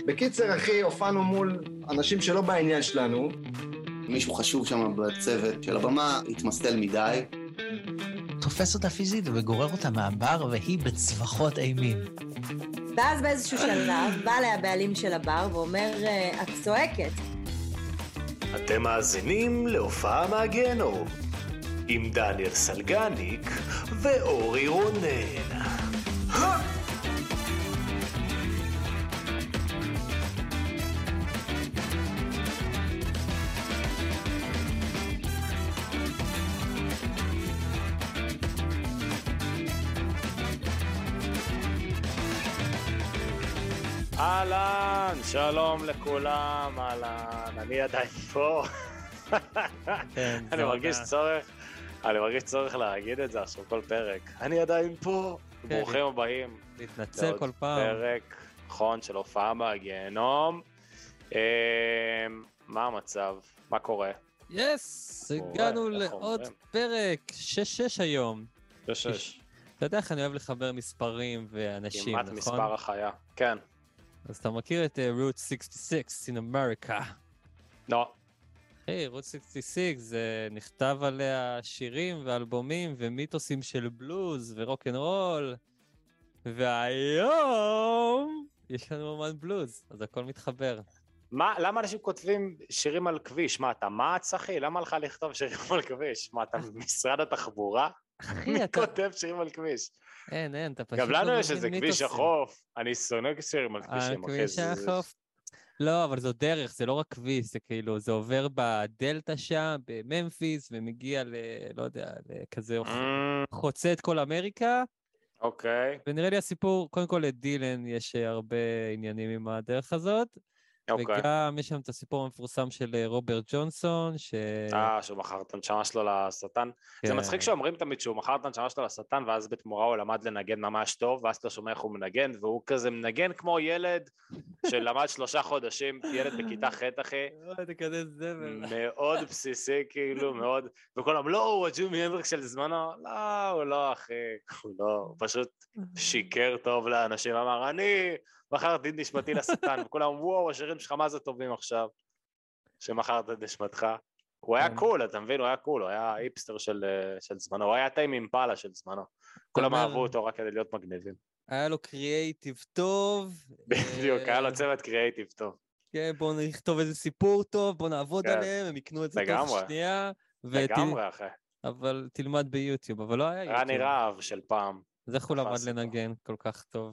בקיצר, אחי, הופענו מול אנשים שלא בעניין שלנו. מישהו חשוב שם בצוות של הבמה התמסטל מדי. תופס אותה פיזית וגורר אותה מהבר, והיא בצווחות אימים. ואז באיזשהו שלב בא לה הבעלים של הבר ואומר, את צועקת. אתם מאזינים להופעה מהגיהנום, עם דניאל סלגניק ואורי רונן. אהלן, שלום לכולם, אהלן, אני עדיין פה. אני מרגיש צורך להגיד את זה עכשיו כל פרק. אני עדיין פה, ברוכים הבאים. להתנצל כל פעם. פרק נכון של הופעה מהגיהנום. מה המצב? מה קורה? יס, הגענו לעוד פרק, 6-6 היום. 6-6. אתה יודע איך אני אוהב לחבר מספרים ואנשים, נכון? כמעט מספר החיה, כן. אז אתה מכיר את Route 66 in America? לא. היי, Route 66, זה נכתב עליה שירים ואלבומים ומיתוסים של בלוז ורוק'נ'רול, והיום יש לנו אומן בלוז, אז הכל מתחבר. למה אנשים כותבים שירים על כביש? מה, אתה מעץ, אחי? למה לך לכתוב שירים על כביש? מה, אתה משרד התחבורה? מי כותב שירים על כביש? אין, אתה פשוט... גם לנו יש איזה כביש החוף, אני שונא שירים על כבישים, אחי. כביש החוף? לא, אבל זו דרך, זה לא רק כביש, זה כאילו, זה עובר בדלטה שם, בממפיס, ומגיע לא יודע, לכזה חוצה את כל אמריקה. אוקיי. ונראה לי הסיפור, קודם כל לדילן יש הרבה עניינים עם הדרך הזאת, וגם יש שם את הסיפור המפורסם של רוברט ג'ונסון, שהוא מכר את הנשמה שלו לשטן. זה מצחיק שאומרים תמיד שהוא מכר את הנשמה שלו לשטן, ואז בתמורה הוא למד לנגן ממש טוב, ואז אתה שומע איך הוא מנגן, והוא כזה מנגן כמו ילד שלמד 3 חודשים, ילד בכיתה ח' אחי. מאוד בסיסי כאילו, מאוד, וכולם, לא, הוא הג'ימי הנדריקס של זמנו, לא, הוא לא אחי, הוא לא, הוא פשוט שיקר טוב לאנשים, אמר, אני מכרתי את נשמתי לשטן, וכולם, וואו, השירים שלך מה זה טובים עכשיו, שמכרת את נשמתך. הוא היה קול, אתה מבין, הוא היה קול, הוא היה היפסטר של זמנו, הוא היה טיים אימפלה של זמנו, כולם אהבו אותו רק כדי להיות מגניבים. היה לו קריאייטיב טוב. בדיוק, היה לו צוות קריאייטיב טוב. כן, בואו נכתוב איזה סיפור טוב, בואו נעבוד עליהם, הם יקנו את זה תוך שנייה. לגמרי, אחי. אבל תלמד ביוטיוב, אבל לא היה יוטיוב. רני רהב של פעם. אז איך הוא למד לנגן כל כך טוב?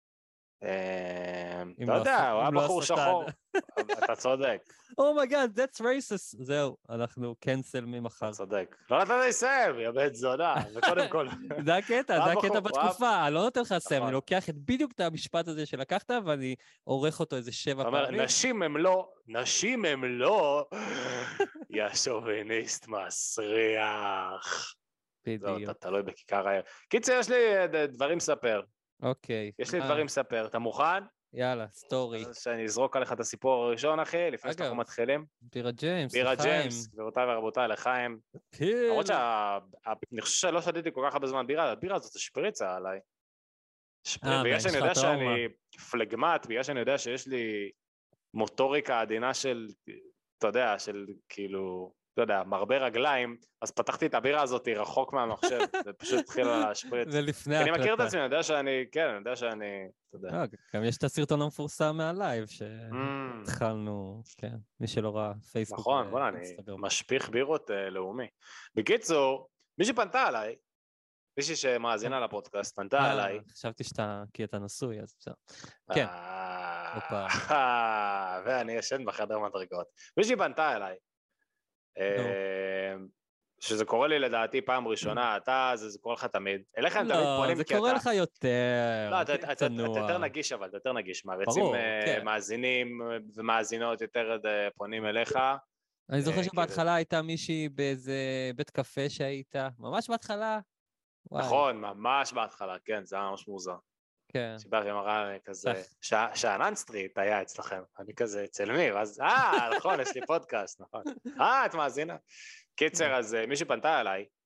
לא יודע, הוא היה בחור שחור, אתה צודק. אומייגאד, that's racist. זהו, אנחנו קנסל ממחר. אתה צודק. לא נתן לי לסיים, יא בית זונה, וקודם כל. זה הקטע בתקופה, אני לא נותן לך לסיים, אני לוקח בדיוק את המשפט הזה שלקחת, ואני עורך אותו איזה 7 פעמים. נשים הם לא, יא שוביניסט מסריח. בדיוק. אתה תלוי בכיכר העיר. קיצר, יש לי דברים לספר. אוקיי. יש לי דברים לספר, אתה מוכן? יאללה, סטורי. שאני אזרוק עליך את הסיפור הראשון, אחי, לפני שאנחנו מתחילים. בירה ג'יימס, בירה ג'יימס, גבירותיי ורבותיי, לחיים. למרות שאני חושב שלא שתיתי כל כך הרבה זמן בירה, הבירה הזאת השפריצה עליי. בגלל שאני יודע שאני פלגמט, בגלל שאני יודע שיש לי מוטוריקה עדינה של, אתה יודע, של כאילו... לא יודע, מרבה רגליים, אז פתחתי את הבירה הזאת רחוק מהמחשב, זה פשוט התחיל להשפריץ. זה לפני הקלטה. אני מכיר את עצמי, אני יודע שאני, אתה יודע. גם יש את הסרטון המפורסם מהלייב, שהתחלנו, כן, מי שלא ראה פייסבוק. נכון, בוא, אני משפיך בירות לאומי. בקיצור, מישהי פנתה עליי, מישהי שמאזינה לפודקאסט, פנתה עליי. חשבתי כי אתה נשוי, אז בסדר. כן. ואני ישן בחדר מדרגות. מישהי פנתה אליי, שזה קורה לי לדעתי פעם ראשונה, זה קורה לך תמיד. אליך הם תמיד פונים כי אתה... זה קורה לך יותר. לא, אתה יותר נגיש אבל, אתה יותר נגיש. מעריצים מאזינים ומאזינות יותר פונים אליך. אני זוכר שבהתחלה הייתה מישהי באיזה בית קפה שהיית, ממש בהתחלה. נכון, ממש בהתחלה, כן, זה היה ממש מוזר. כן. שבא ומראה כזה, שאנן סטריט היה אצלכם, אני כזה אצל מי, ואז, נכון, יש לי פודקאסט, נכון. את מאזינה. קיצר, אז מישהו פנתה אליי,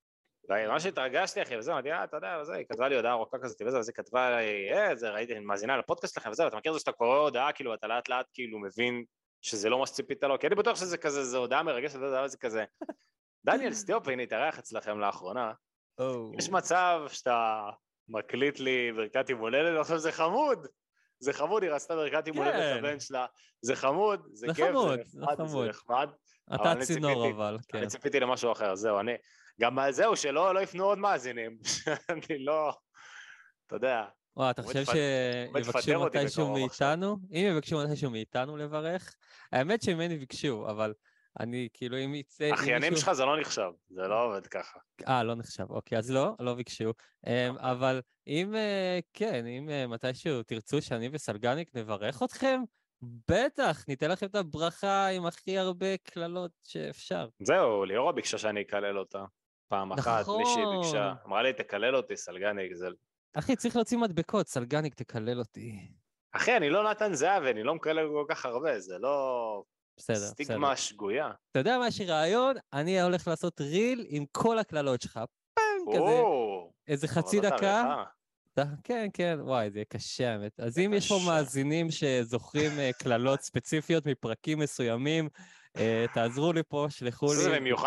מה שהתרגשתי, אחי, וזה, אמרתי, אתה יודע, וזה, היא כתבה לי הודעה ארוכה כזאת, וזה, אז היא כתבה לי, זה, ראיתי, אני מאזינה לפודקאסט לכם, וזה, ואתה מכיר זה שאתה קורא הודעה, כאילו, אתה לאט לאט, כאילו, מבין שזה לא מה שציפית לו, כי אני בטוח שזה כזה, זו הודעה מרגשת, וזה כזה, דניאל סטיופין התארח אצלכם לאחרונה, יש מצב שאתה מקליט לי ברכת יום הולדת, עכשיו זה חמוד, זה חמוד, היא רצתה ברכת יום הולדת לבן שלה, זה חמוד, זה כיף, זה נחמד, אתה צינור אבל, כן. אני ציפיתי למשהו אחר, זהו, אני, גם זהו, שלא יפנו עוד מאזינים, אני לא, אתה יודע. אתה חושב שיבקשו מתישהו מאיתנו? אם יבקשו מתישהו מאיתנו לברך, האמת שממני ביקשו, אבל אני כאילו אם יצא... אחיינים שלך זה לא נחשב, זה לא עובד ככה. לא נחשב, אוקיי, אז לא ביקשו. אבל אם, כן, אם מתישהו תרצו שאני וסלגניק נברך אתכם, בטח, ניתן לכם את הברכה עם הכי הרבה קללות שאפשר. זהו, ליאורה ביקשה שאני אקלל אותה. פעם אחת, מישהי ביקשה. אמרה לי, תקלל אותי, סלגניק. אחי, צריך להוציא מדבקות, סלגניק, תקלל אותי. אחי, אני לא נתן זהב, אני לא מקלל כל כך הרבה, זה לא... בסדר. סטיגמה שגויה. אתה יודע מה, יש לי רעיון? אני הולך לעשות ריל עם כל הקללות שלך. פעם כזה, איזה חצי דקה. כן, כן, וואי, זה יהיה קשה, האמת. אז אם יש פה מאזינים שזוכרים קללות ספציפיות מפרקים מסוימים, תעזרו לי פה, שלחו לי. זה במיוחד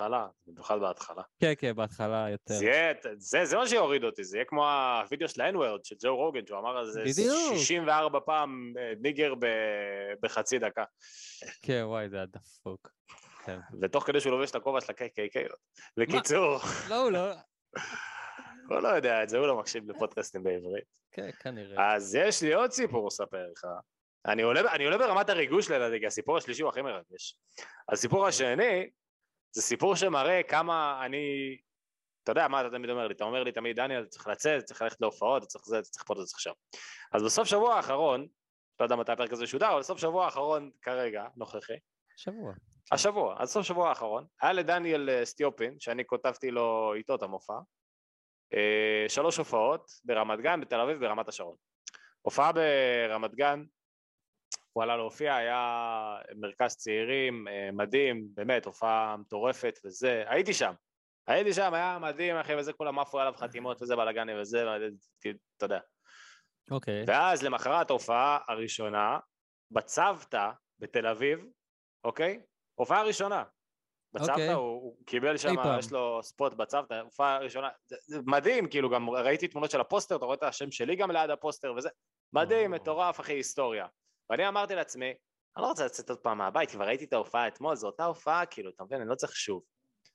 בהתחלה. כן, כן, בהתחלה יותר. זה מה שיוריד אותי, זה יהיה כמו הווידאו של ה-N-Word, של ג'ו רוגן, שהוא אמר על זה 64 פעם ניגר בחצי דקה. כן, וואי, זה היה דפוק. ותוך כדי שהוא לובש את הכובע של ה-KKK. בקיצור. לא, לא. הוא לא יודע את זה, הוא לא מקשיב לפודקאסטים בעברית. כן, כנראה. אז יש לי עוד סיפור לספר לך. אני עולה ברמת הריגוש לדעתי, הסיפור השלישי הוא הכי מרגש. הסיפור השני, זה סיפור שמראה כמה אני, אתה יודע מה אתה תמיד אומר לי, אתה אומר לי תמיד, דניאל, אתה צריך לצאת, צריך ללכת להופעות, אתה צריך זה, אתה צריך פה, אתה צריך שם. אז בסוף שבוע האחרון, לא יודע מתי הפרק הזה שודר, אבל בסוף שבוע האחרון כרגע, נוכחי. השבוע, אז סוף שבוע האחרון, היה לדניאל סטיופין, שאני כותבתי לו איתו את המופע, 3 הופעות ברמת גן, בתל אביב, ברמת השרון. הופעה ברמת גן, הוא עלה להופיע, היה מרכז צעירים, מדהים, באמת, הופעה מטורפת וזה, הייתי שם, היה מדהים, אחי, וזה כולם עפו עליו חתימות וזה בלגני וזה, אתה יודע. אוקיי. ואז למחרת ההופעה הראשונה, בצוותא בתל אביב, אוקיי? הופעה ראשונה. בצוותא הוא קיבל שם, יש לו ספוט בצוותא, הופעה ראשונה, זה מדהים, כאילו גם ראיתי תמונות של הפוסטר, אתה רואה את השם שלי גם ליד הפוסטר וזה, מדהים, מטורף, אחי, היסטוריה. ואני אמרתי לעצמי, אני לא רוצה לצאת עוד פעם מהבית, כבר ראיתי את ההופעה אתמול, זו אותה הופעה, כאילו, אתה מבין, אני לא צריך שוב.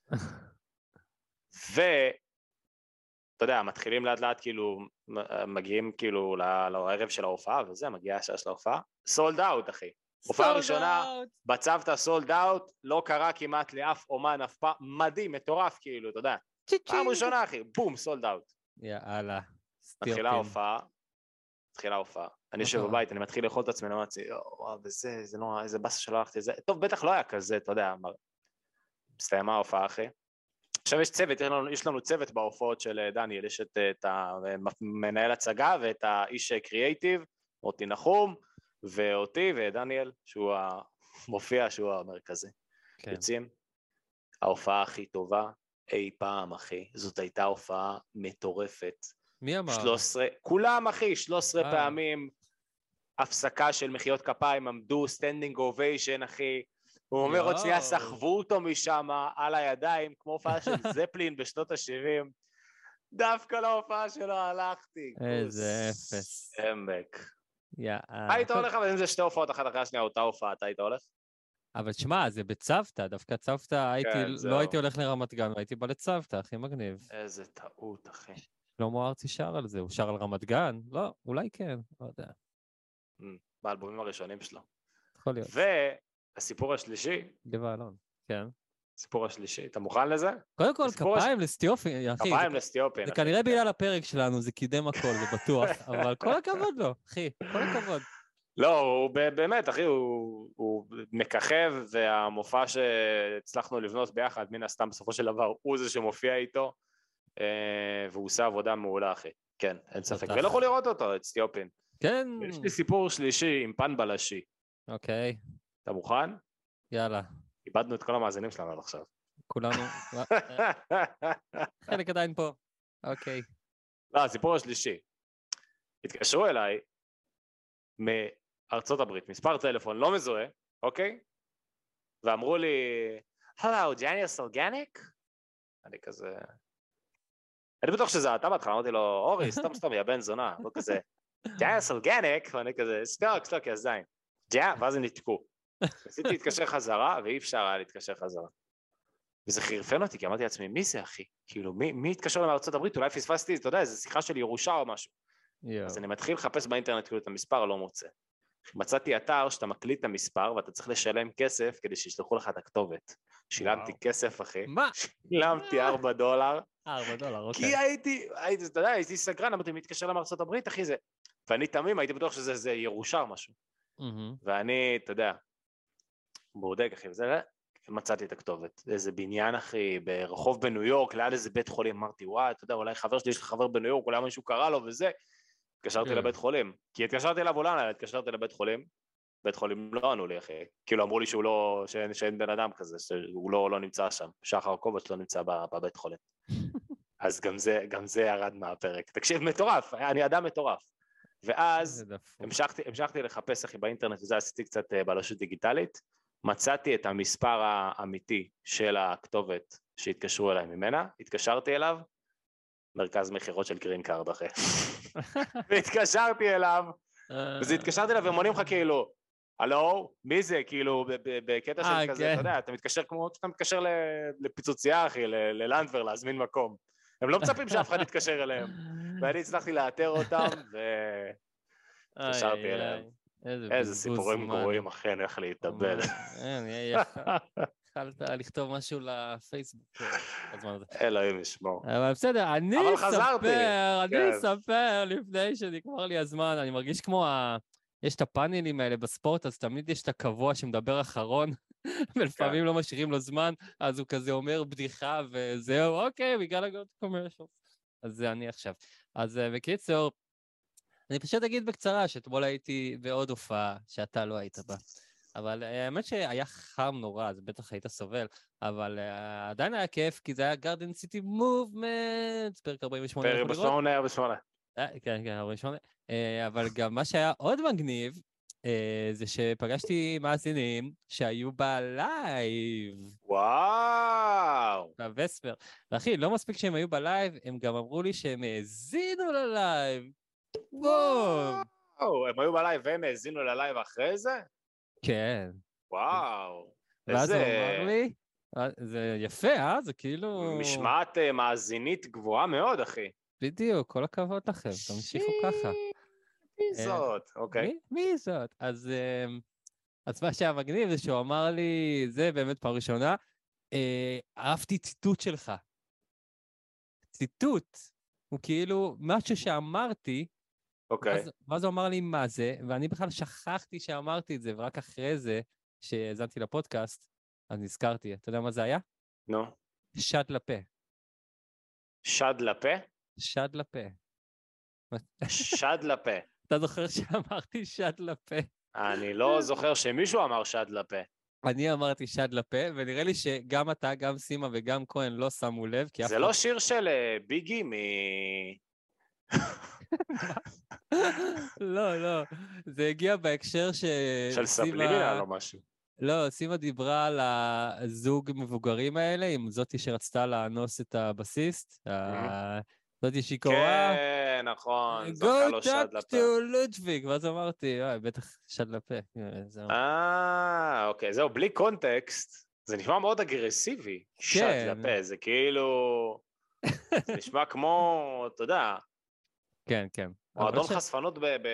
אתה יודע, מתחילים לאט לאט, כאילו, מגיעים כאילו לערב של ההופעה, וזה, מגיעה השעה של ההופעה, סולד אאוט, אחי. הופעה ראשונה, בצוותא סולד אאוט, לא קרה כמעט לאף אומן אף פעם, מדהים, מטורף, כאילו, אתה יודע. פעם ראשונה, אחי, בום, סולד אאוט. יאללה. מתחילה ההופעה. אני יושב בבית, אני מתחיל לאכול את עצמי, אני אומר לעצמי, וזה, זה לא, איזה בסה שלא הלכתי, זה, טוב, בטח לא היה כזה, אתה יודע, מסתיימה ההופעה, אחי. עכשיו יש צוות, יש לנו צוות בהופעות של דניאל, יש את המנהל הצגה ואת האיש קריאייטיב, אותי נחום, ואותי ודניאל, שהוא המופיע, שהוא המרכזי. יוצאים, ההופעה הכי טובה אי פעם, אחי, זאת הייתה הופעה מטורפת. מי אמר? 13, כולם אחי, 13 פעמים, הפסקה של מחיאות כפיים, עמדו, סטנדינג אוביישן אחי, הוא אומר עוד שנייה, סחבו אותו משם על הידיים, כמו הופעה של זפלין בשנות ה-70, דווקא להופעה שלו הלכתי. איזה אפס. עמק. יאללה. היית הולך, אבל אם זה 2 הופעות אחת אחרי השנייה, אותה הופעה, אתה היית הולך? אבל שמע, זה בצוותא, דווקא צוותא, לא הייתי הולך לרמת גן, הייתי בא לצוותא, הכי מגניב. איזה טעות, אחי. שלמה ארצי שר על זה, הוא שר על רמת גן? לא, אולי כן, לא יודע. באלבומים הראשונים שלו. יכול להיות. והסיפור השלישי. גבע אלון, כן. הסיפור השלישי, אתה מוכן לזה? קודם כל, כפיים לסטיופין, אחי. כפיים לסטיופין. זה כנראה בגלל הפרק שלנו, זה קידם הכל, זה בטוח, אבל כל הכבוד לו, אחי, כל הכבוד. לא, הוא באמת, אחי, הוא מככב, והמופע שהצלחנו לבנות ביחד, מן הסתם בסופו של דבר, הוא זה שמופיע איתו, והוא עושה עבודה מעולה, אחי. כן, אין ספק. ולכו לראות אותו, את סטיופין. כן. יש לי סיפור שלישי עם פן בלשי. אוקיי. אתה מוכן? יאללה. איבדנו את כל המאזינים שלנו עד עכשיו. כולנו, חלק עדיין פה, אוקיי. לא, הסיפור השלישי. התקשרו אליי מארצות הברית, מספר טלפון לא מזוהה, אוקיי? ואמרו לי, Hello, Janius Organic? אני כזה... אני בטוח שזה אתה בהתחלה, אמרתי לו, אורי, סתם, יא בן זונה, לא כזה, Janius Organic, ואני כזה, סטוק, יא זין. ואז הם נתקו. ניסיתי להתקשר חזרה, ואי אפשר היה להתקשר חזרה. וזה חירפן אותי, כי אמרתי לעצמי, מי זה אחי? כאילו, מי התקשר לארצות הברית? אולי פספסתי, אתה יודע, איזו שיחה של ירושה או משהו. אז אני מתחיל לחפש באינטרנט כאילו את המספר, לא מוצא. מצאתי אתר שאתה מקליט את המספר, ואתה צריך לשלם כסף כדי שישלחו לך את הכתובת. שילמתי כסף, אחי. מה? שילמתי $4. $4, אוקיי. כי אתה יודע, הייתי סגרן, אמרתי, מתקשר לארצות הברית, אחי, זה... ואני תמים, הייתי בטוח שזה ירושה או משהו. ואני, אתה יודע, בודק, אחי, וזה... מצאתי את הכתובת, איזה בניין אחי, ברחוב בניו יורק, ליד איזה בית חולים, אמרתי וואי, אתה יודע, אולי חבר שלי יש לך חבר בניו יורק, אולי משהו קרה לו וזה, התקשרתי לבית חולים, כי התקשרתי אליו אולי, התקשרתי לבית חולים, בית חולים לא ענו לי אחי, כאילו אמרו לי שהוא לא, שאין בן אדם כזה, שהוא לא נמצא שם, שחר קובץ לא נמצא בבית חולים, אז גם זה ירד מהפרק, תקשיב, מטורף, אני אדם מטורף, ואז המשכתי לחפש אחי באינטרנט, וזה עשיתי קצת בלשות דיגיטלית, מצאתי את המספר האמיתי של הכתובת שהתקשרו אליי ממנה, התקשרתי אליו, מרכז מחירות של גרין קארד אחי. והתקשרתי אליו, וזה התקשרתי אליו, והם עונים לך כאילו, הלו, מי זה? כאילו, בקטע של כזה, אתה יודע, אתה מתקשר כמו שאתה מתקשר לפיצוצייה אחי, ללנדבר, להזמין מקום. הם לא מצפים שאף אחד יתקשר אליהם. ואני הצלחתי לאתר אותם, והתקשרתי אליהם. איזה סיפורים גרועים אכן, איך להתאבל. יכלת לכתוב משהו לפייסבוק. אלוהים ישמור. אבל בסדר, אני אספר לפני שנגמר לי הזמן, אני מרגיש כמו, יש את הפאנלים האלה בספורט, אז תמיד יש את הקבוע שמדבר אחרון, ולפעמים לא משאירים לו זמן, אז הוא כזה אומר בדיחה וזהו, אוקיי, we gotta go to commercials. אז זה אני עכשיו. אז בקיצור, אני פשוט אגיד בקצרה שאתמול הייתי בעוד הופעה שאתה לא היית בה. אבל האמת שהיה חם נורא, אז בטח היית סובל, אבל עדיין היה כיף, כי זה היה Garden City Movement, פרק 48. פרק 48. כן, 48. אבל גם מה שהיה עוד מגניב, זה שפגשתי מאזינים שהיו בלייב. וואו! בווספר. ואחי, לא מספיק שהם היו בלייב, הם גם אמרו לי שהם האזינו ללייב. וואו! הם היו בלייב והם האזינו ללייב אחרי זה? כן. וואו. ואז הוא אמר לי, זה יפה, זה כאילו... משמעת מאזינית גבוהה מאוד, אחי. בדיוק, כל הכבוד לכם, תמשיכו ככה. מי זאת? אוקיי. מי זאת? אז מה שהיה מגניב זה שהוא אמר לי, זה באמת פעם ראשונה, אהבתי ציטוט שלך. ציטוט. הוא כאילו, משהו שאמרתי, ואז הוא אמר לי מה זה, ואני בכלל שכחתי שאמרתי את זה, ורק אחרי זה, שהזנתי לפודקאסט, אז נזכרתי. אתה יודע מה זה היה? נו. שד לפה. שד לפה? שד לפה. שד לפה. אתה זוכר שאמרתי שד לפה? אני לא זוכר שמישהו אמר שד לפה. אני אמרתי שד לפה, ונראה לי שגם אתה, גם סימה וגם כהן לא שמו לב, כי זה לא שיר של ביגי לא, זה הגיע בהקשר של סבלימינל או משהו. לא, סימה דיברה על הזוג מבוגרים האלה, עם זאתי שרצתה לאנוס את הבסיסט, זאתי שהיא קוראה. כן, נכון, זוכה לו שד לפה. Go talk to לודוויג, ואז אמרתי, בטח שד לפה. אוקיי, זהו, בלי קונטקסט, זה נשמע מאוד אגרסיבי, שד לפה, זה כאילו, זה נשמע כמו, אתה יודע, כן, כן. מועדון חשפנות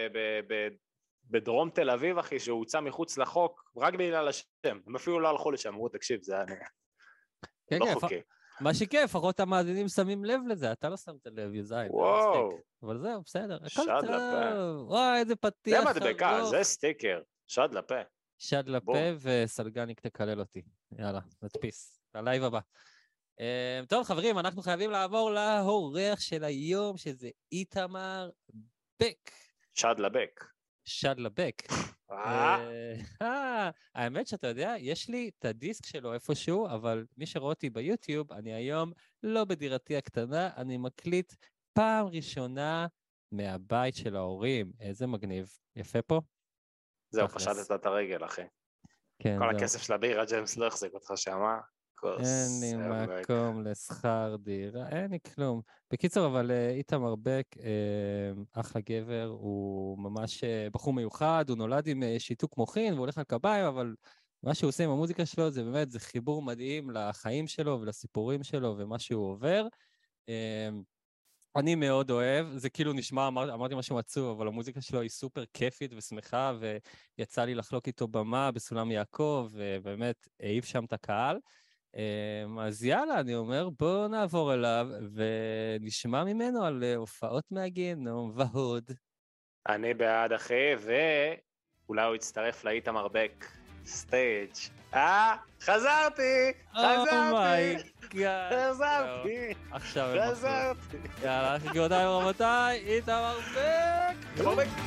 בדרום תל אביב, אחי, שהוא הוצא מחוץ לחוק, רק בגלל השם, הם אפילו לא הלכו לשם, אמרו, תקשיב, זה לא חוקי. מה שכיף, לפחות המאזינים שמים לב לזה, אתה לא שמת לב, יזיים. וואו. אבל זהו, בסדר. שד לפה. וואי, איזה פתיח. זה מדבקה, זה סטיקר, שד לפה. שד לפה וסלגניק תקלל אותי. יאללה, נדפיס. ללייב הבא. טוב, חברים, אנחנו חייבים לעבור להורח של היום, שזה איתמר בק. שד לבק. שד לבק. האמת שאתה יודע, יש לי את הדיסק שלו איפשהו, אבל מי שרואה אותי ביוטיוב, אני היום לא בדירתי הקטנה, אני מקליט פעם ראשונה מהבית של ההורים. איזה מגניב. יפה פה? זהו, פשטת את הרגל, אחי. כן, כל הכסף של הבירה, ג'יימס לא החזיק אותך שמה. אין לי מקום לשכר דירה, אין לי כלום. בקיצור, אבל איתמר בק, אחלה גבר, הוא ממש בחור מיוחד, הוא נולד עם שיתוק מוחין, והוא הולך על קביים, אבל מה שהוא עושה עם המוזיקה שלו, זה באמת, זה חיבור מדהים לחיים שלו ולסיפורים שלו ומה שהוא עובר. אני מאוד אוהב, זה כאילו נשמע, אמרתי משהו עצוב, אבל המוזיקה שלו היא סופר כיפית ושמחה, ויצא לי לחלוק איתו במה בסולם יעקב, ובאמת העיף שם את הקהל. אז יאללה, אני אומר, בואו נעבור אליו, ונשמע ממנו על הופעות מהגיהנום ועוד. אני בעד, אחי, ואולי הוא יצטרף לאיתמר בק סטייג'. חזרתי! חזרתי! עכשיו הם חזרתי. יאללה, גבירותיי ורבותיי, איתמר בק! איתמר בק!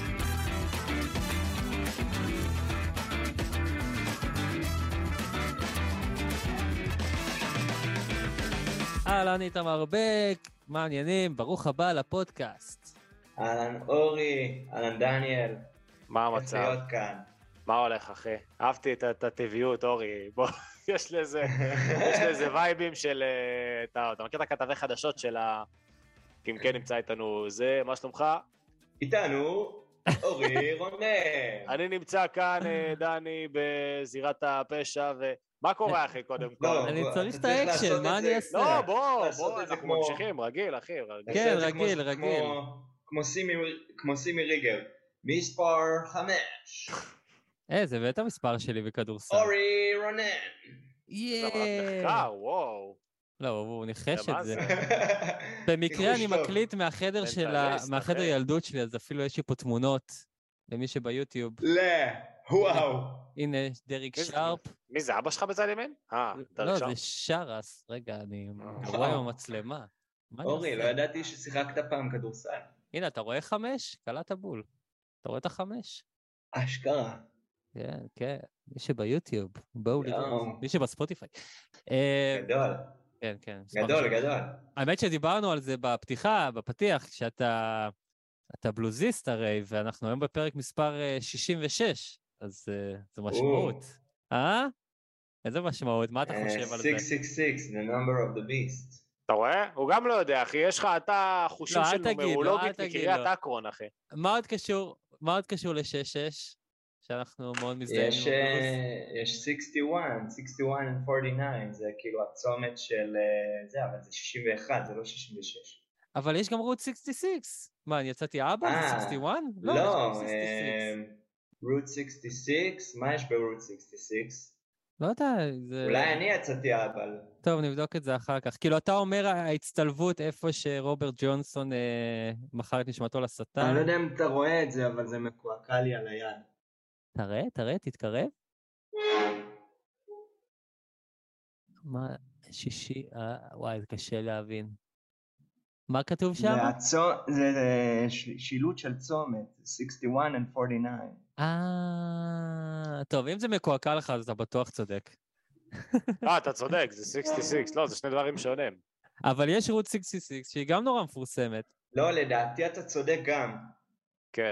אהלן איתמר בק, מה העניינים? ברוך הבא לפודקאסט. אהלן אורי, אהלן דניאל. מה המצב? איך להיות כאן? מה הולך, אחי? אהבתי את הטבעיות, אורי. בוא, יש לזה וייבים של... אתה מכיר את הכתבי חדשות של אם כן נמצא איתנו זה, מה שלומך? איתנו אורי רונן. אני נמצא כאן, דני, בזירת הפשע, מה קורה, אחי, קודם כל? אני צריך את האקשן, מה אני אעשה? לא, בוא, אנחנו ממשיכים, רגיל, אחי. כן, רגיל. כמו סימי ריגר. מספר 5. זה בית המספר שלי בכדורסל. אורי רונן. זה מחקר, וואו. לא, הוא ניחש את זה. במקרה אני מקליט מהחדר ילדות שלי, אז אפילו יש לי פה תמונות למי שביוטיוב. וואו. הנה, דריק שרפ. מי זה, אבא שלך בצד ימין? לא, זה שרס. רגע, אני רואה עם המצלמה. אורי, לא ידעתי ששיחקת פעם כדורסל. הנה, אתה רואה 5? קלעת בול. אתה רואה את 5? אשכרה. כן, כן. מי שביוטיוב, בואו לראות. מי שבספוטיפיי. גדול. כן, כן. גדול. האמת שדיברנו על זה בפתיח, כשאתה בלוזיסט הרי, ואנחנו היום בפרק מספר 66, אז זו משמעות. איזה משמעות? מה אתה חושב על זה? 666, the number of the beast. אתה רואה? הוא גם לא יודע, אחי. יש לך, אתה חושים של נומרולוגית מקריית אקרון, אחי. מה עוד קשור ל-66? שאנחנו מאוד מזדהים. יש 61 and 49, זה כאילו הצומת של זה, אבל זה 61, זה לא 66. אבל יש גם רוט 66. מה, אני יצאתי אבא? זה 61? לא, רוט 66, מה יש ברוט 66? לא יודע, זה... אולי אני יצאתי אבל... טוב, נבדוק את זה אחר כך. כאילו, אתה אומר ההצטלבות איפה שרוברט ג'ונסון מכר את נשמתו לשטן? אני לא יודע אם אתה רואה את זה, אבל זה מקועקע לי על היד. תראה, תתקרב. מה, שישי, וואי, זה קשה להבין. מה כתוב שם? זה שילוט של צומת, 61 and 49. טוב, אם זה מקועקע לך, אז אתה בטוח צודק. אתה צודק, זה 66, לא, זה שני דברים שונים. אבל יש רוט 66, שהיא גם נורא מפורסמת. לא, לדעתי אתה צודק גם. כן.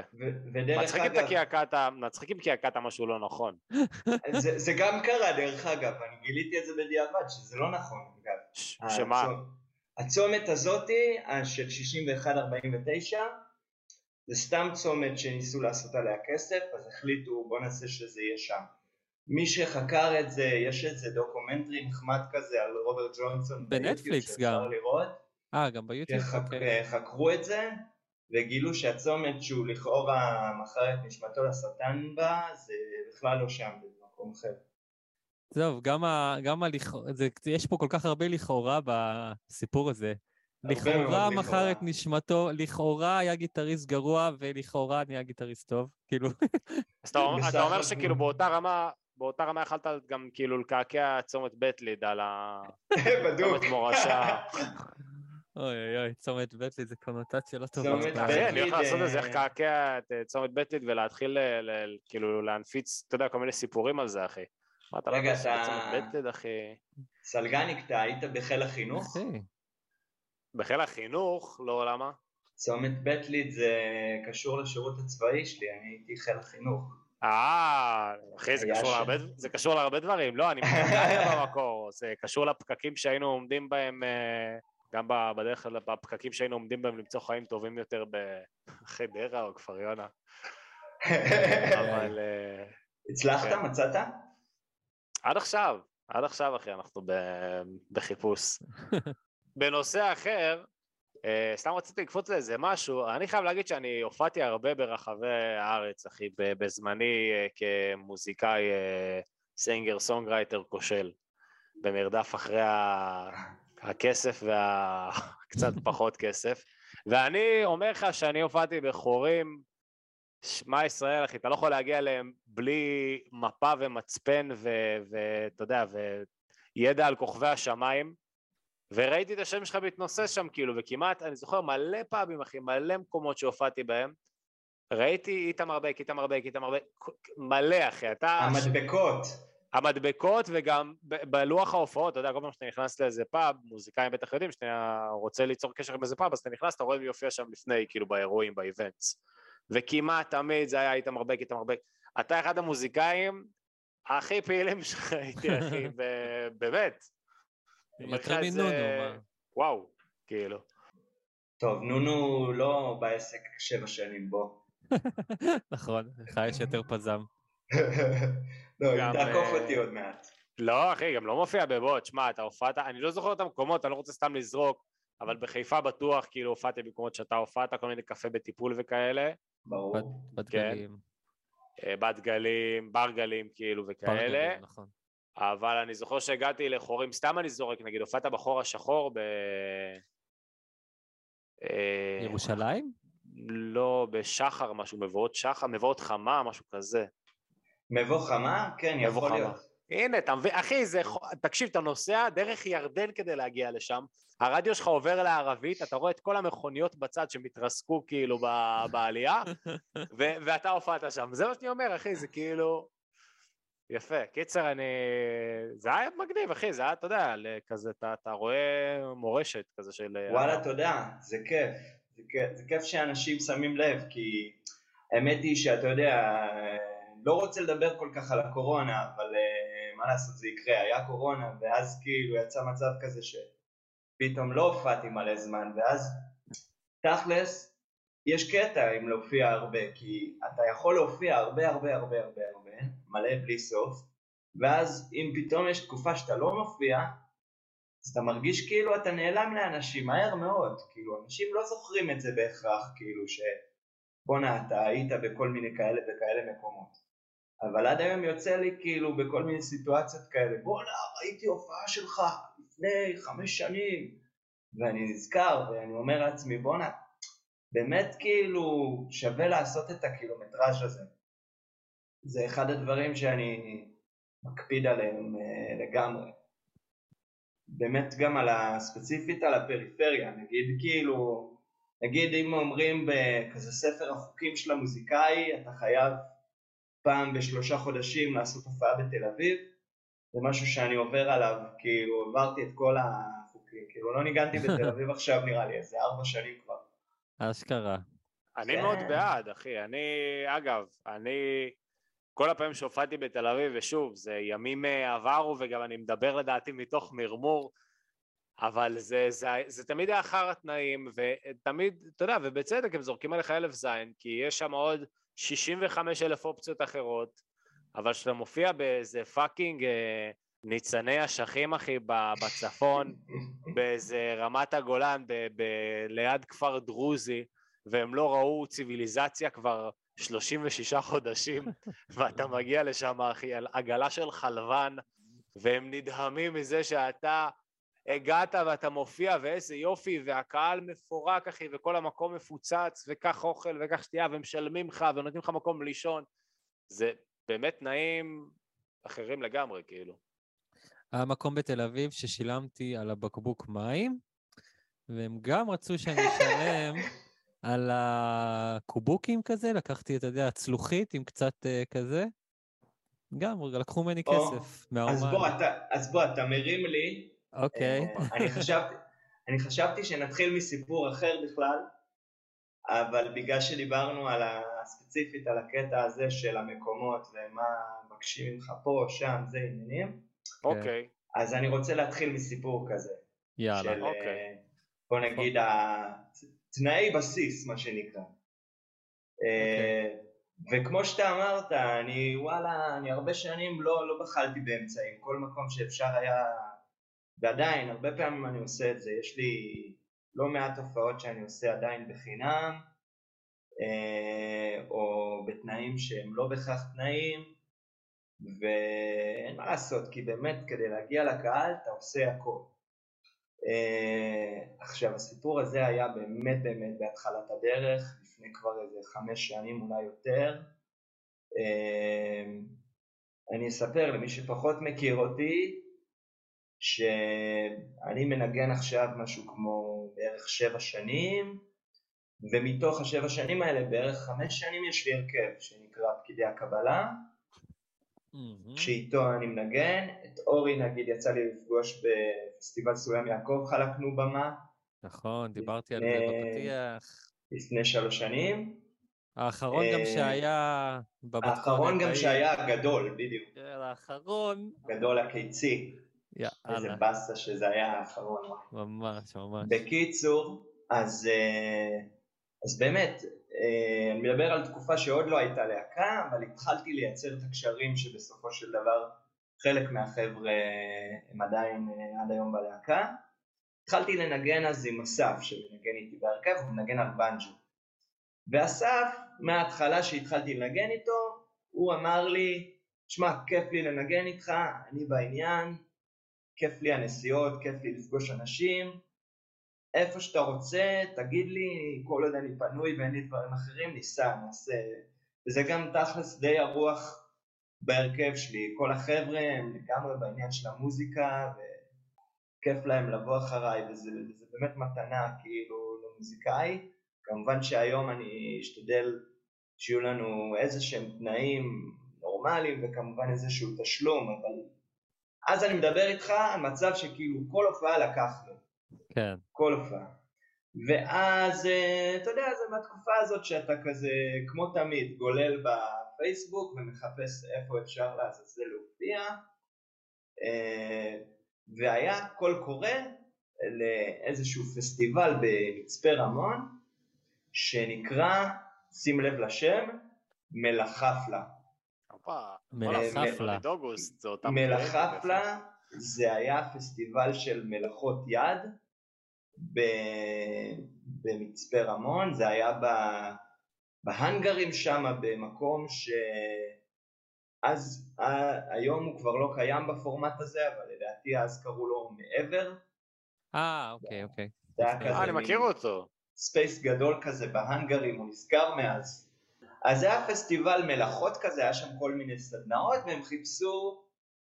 מצחיקים כי הקטע משהו לא נכון. זה גם קרה דרך אגב, אני גיליתי את זה בדיעבד, שזה לא נכון. שמה? הצומת הזאתי, של 61-49, זה סתם צומת שניסו לעשות עליה כסף, אז החליטו בוא נעשה שזה יהיה שם. מי שחקר את זה, יש את זה דוקומנטרי נחמד כזה על רוברט ג'ונסון. בנטפליקס גם. שאפשר לראות. גם ביוטיוב. חקרו את זה, וגילו שהצומת שהוא לכאורה מכר את נשמתו לשטן בה, זה בכלל לא שם, זה במקום אחר. טוב, גם יש פה כל כך הרבה לכאורה בסיפור הזה. לכאורה מכר את נשמתו, לכאורה היה גיטריסט גרוע, ולכאורה נהיה גיטריסט טוב, כאילו. אז אתה אומר שכאילו באותה רמה יכלת גם כאילו לקעקע צומת בית ליד על הצומת מורשה. אוי אוי, צומת בטלית זה קונוטציה לא טובה. צומת אחי, אני הולך בטלית, לעשות את זה, איך קעקע את צומת בטלית ולהתחיל כאילו להנפיץ, אתה יודע, כל מיני סיפורים על זה, אחי. מה, אתה לא רגע, יודע שצומת בטלית, אחי? סלגניק, אתה היית בחיל החינוך? אחי. בחיל החינוך, לא, למה? צומת בטלית זה קשור לשירות הצבאי שלי, אני הייתי חיל החינוך. אחי, היה שם. זה קשור להרבה דברים, לא, אני מתכוון במקור, זה קשור לפקקים שהיינו עומדים בהם, גם בדרך כלל, בפקקים שהיינו עומדים בהם למצוא חיים טובים יותר בחדרה או כפר יונה. אבל... הצלחת? מצאת? עד עכשיו, אחי, אנחנו בחיפוש. בנושא אחר, סתם רציתי לקפוץ לאיזה משהו, אני חייב להגיד שאני הופעתי הרבה ברחבי הארץ, אחי, בזמני כמוזיקאי, סינגר, סונגרייטר כושל, במרדף אחרי הכסף והקצת פחות כסף, ואני אומר לך שאני הופעתי בחורים, שמע ישראל, אחי, אתה לא יכול להגיע אליהם בלי מפה ומצפן ואתה יודע, וידע על כוכבי השמיים, וראיתי את השם שלך מתנוסס שם, כאילו, וכמעט, אני זוכר מלא פאבים, אחי, מלא מקומות שהופעתי בהם, ראיתי איתמר בק, מלא, אחי, אתה... המדבקות, וגם בלוח ההופעות, אתה יודע, כל פעם שאתה נכנס לאיזה פאב, מוזיקאים בטח יודעים, שאתה רוצה ליצור קשר עם איזה פאב, אז אתה נכנס, אתה רואה מי יופיע שם לפני, כאילו, באירועים, באיבנטס, וכמעט תמיד זה היה איתמר בק, אתה אחד המוזיקאים הכי פעילים שראיתי, אחי, באמת. יותר מנונו, מה? וואו, כאילו. טוב, נונו לא בעסק 7 שנים בו. נכון, לך יש יותר פזם. לא, היא תעקוף אותי עוד מעט. לא, אחי, גם לא מופיע בבוט, שמע, אתה הופעת, אני לא זוכר את המקומות, אני לא רוצה סתם לזרוק, אבל בחיפה בטוח, כאילו, הופעתי במקומות שאתה הופעת, כל מיני קפה בטיפול וכאלה. ברור. בת גלים. בת גלים, בר גלים, כאילו, וכאלה. גלים, נכון. אבל אני זוכר שהגעתי לחורים, סתם אני זורק, נגיד, הופעת בחור השחור ירושלים? לא, בשחר משהו, מבואות שחר, מבואות חמה, משהו כזה. מבוא חמה? כן, יכול להיות. הנה, אתה מבין, אחי, תקשיב, אתה נוסע דרך ירדן כדי להגיע לשם, הרדיו שלך עובר לערבית, אתה רואה את כל המכוניות בצד שמתרסקו כאילו בעלייה, ואתה הופעת שם. זה מה שאני אומר, אחי, זה כאילו... יפה. קיצר, זה היה מגניב, אחי, זה היה, אתה יודע, כזה, אתה רואה מורשת כזה של... וואלה, תודה, זה כיף. זה כיף שאנשים שמים לב, כי האמת היא שאתה יודע, לא רוצה לדבר כל כך על הקורונה, אבל מה לעשות, זה יקרה, היה קורונה, ואז כאילו יצא מצב כזה שפתאום לא הופעתי מלא זמן, ואז תכלס, יש קטע אם להופיע הרבה, כי אתה יכול להופיע הרבה, מלא בלי סוף, ואז אם פתאום יש תקופה שאתה לא מופיע, אז אתה מרגיש כאילו אתה נעלם לאנשים מהר מאוד, כאילו אנשים לא זוכרים את זה בהכרח, כאילו שבונה אתה היית בכל מיני כאלה וכאלה מקומות, אבל עד היום יוצא לי כאילו בכל מיני סיטואציות כאלה, בונה ראיתי הופעה שלך לפני 5 שנים, ואני נזכר ואני אומר לעצמי בונה, באמת כאילו שווה לעשות את הקילומטראז' הזה, זה אחד הדברים שאני מקפיד עליהם לגמרי. באמת גם ספציפית על הפריפריה, נגיד אם אומרים בכזה ספר החוקים של המוזיקאי, אתה חייב פעם ב3 חודשים לעשות הופעה בתל אביב, זה משהו שאני עובר עליו, כאילו עברתי את כל החוקים, כאילו לא ניגנתי בתל אביב עכשיו נראה לי, איזה 4 שנים כבר. אשכרה. אני מאוד בעד, אחי, אגב, כל הפעמים שהופעתי בתל אביב, ושוב, זה ימים עברו, וגם אני מדבר לדעתי מתוך מרמור, אבל זה תמיד היה אחר התנאים, ותמיד, אתה יודע, ובצדק הם זורקים עליך 1000 זין, כי יש שם עוד 65,000 אופציות אחרות, אבל כשאתה מופיע באיזה פאקינג ניצני השכים, אחי, בצפון, באיזה רמת הגולן, ליד כפר דרוזי, והם לא ראו ציוויליזציה כבר 36 חודשים, ואתה מגיע לשם, אחי, על עגלה של חלבן, והם נדהמים מזה שאתה הגעת ואתה מופיע, ואיזה יופי, והקהל מפורק, אחי, וכל המקום מפוצץ, וכך אוכל וכך שתייה, והם משלמים לך, ונותנים לך מקום לישון. זה באמת נעים אחרים לגמרי, כאילו. המקום בתל אביב ששילמתי על הבקבוק מים, והם גם רצו שאני אשלם על הקובוקים כזה, לקחתי, אתה יודע, צלוחית עם קצת כזה, גם לקחו ממני כסף מהאומן. אז בוא, אתה מרים לי. אוקיי. אני חשבתי שנתחיל מסיפור אחר בכלל, אבל בגלל שדיברנו ספציפית על הקטע הזה של המקומות ומה מבקשים ממך פה, שם, זה עניינים. אוקיי. אז אני רוצה להתחיל מסיפור כזה. יאללה. אוקיי. בוא נגיד תנאי בסיס, מה שנקרא. וכמו שאתה אמרת, אני הרבה שנים לא בחלתי באמצעים, כל מקום שאפשר היה, ועדיין, הרבה פעמים אני עושה את זה, יש לי לא מעט תופעות שאני עושה עדיין בחינם, או בתנאים שהם לא בכך תנאים, ואין מה לעשות, כי באמת כדי להגיע לקהל אתה עושה הכל. עכשיו הסיפור הזה היה באמת בהתחלת הדרך, לפני כבר איזה 5 שנים אולי יותר. אני אספר למי שפחות מכיר אותי, שאני מנגן עכשיו משהו כמו בערך 7 שנים, ומתוך 7 שנים האלה בערך 5 שנים יש לי הרכב שנקרא פקידי הקבלה, שאיתו אני מנגן. את אורי נגיד יצא לי לפגוש בפסטיבל סולם יעקב, חלקנו במה. נכון, דיברתי על זה בפתיח. לפני 3 שנים. האחרון גם שהיה במתכונת. האחרון גם שהיה גדול, בדיוק. האחרון. גדול הקיצי. איזה בסה שזה היה האחרון. ממש. בקיצור, אז באמת, אני מדבר על תקופה שעוד לא הייתה להקה, אבל התחלתי לייצר את הקשרים שבסופו של דבר חלק מהחבר'ה הם עדיין עד היום בלהקה. התחלתי לנגן אז עם אסף שמנגן איתי בהרכב, הוא מנגן על בנג'ו. ואסף, מההתחלה שהתחלתי לנגן איתו, הוא אמר לי, שמע, כיף לי לנגן איתך, אני בעניין, כיף לי הנסיעות, כיף לי לפגוש אנשים, איפה שאתה רוצה, תגיד לי, כל עוד אני פנוי ואין לי דברים אחרים, ניסע, נעשה. וזה גם תכלס די הרוח בהרכב שלי, כל החבר'ה הם לגמרי בעניין של המוזיקה, וכיף להם לבוא אחריי, וזה באמת מתנה כאילו למוזיקאי. כמובן שהיום אני אשתדל שיהיו לנו איזה שהם תנאים נורמליים, וכמובן איזשהו תשלום, אבל אז אני מדבר איתך על מצב שכאילו כל הופעה לקחנו. כן. כל הופעה. ואז, אתה יודע, זה מהתקופה הזאת שאתה כזה, כמו תמיד, גולל בפייסבוק ומחפש איפה אפשר לעזאזל להופיע. והיה קול קורא לאיזשהו פסטיבל במצפה רמון, שנקרא, שים לב לשם, מלאכפלה. מלאכפלה זה היה פסטיבל של מלאכות יד במצפה רמון, זה היה בהנגרים שם במקום שאז היום הוא כבר לא קיים בפורמט הזה, אבל לדעתי אז קראו לו מעבר. אוקיי. אני מכיר אותו. ספייס גדול כזה בהנגרים, הוא נסגר מאז. אז זה היה פסטיבל מלאכות כזה, היה שם כל מיני סדנאות, והם חיפשו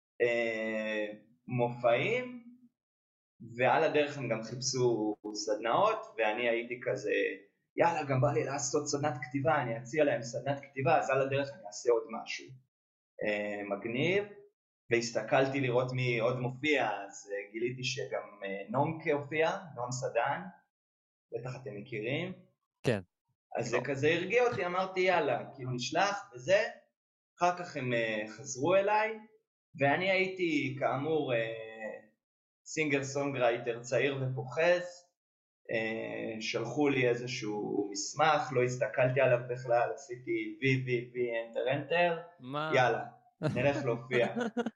מופעים, ועל הדרך הם גם חיפשו סדנאות, ואני הייתי כזה, יאללה, גם בא לי לעשות סדנת כתיבה, אני אציע להם סדנת כתיבה, אז על הדרך אני אעשה עוד משהו מגניב, והסתכלתי לראות מי עוד מופיע, אז גיליתי שגם נומקה הופיע, נועם סדן, בטח אתם מכירים. כן. אז זה כזה הרגיע אותי, אמרתי יאללה, כאילו נשלח וזה, אחר כך הם חזרו אליי, ואני הייתי כאמור סינגר סונגרייטר צעיר ופוחז, שלחו לי איזשהו מסמך, לא הסתכלתי עליו בכלל, עשיתי enter, יאללה, נלך להופיע.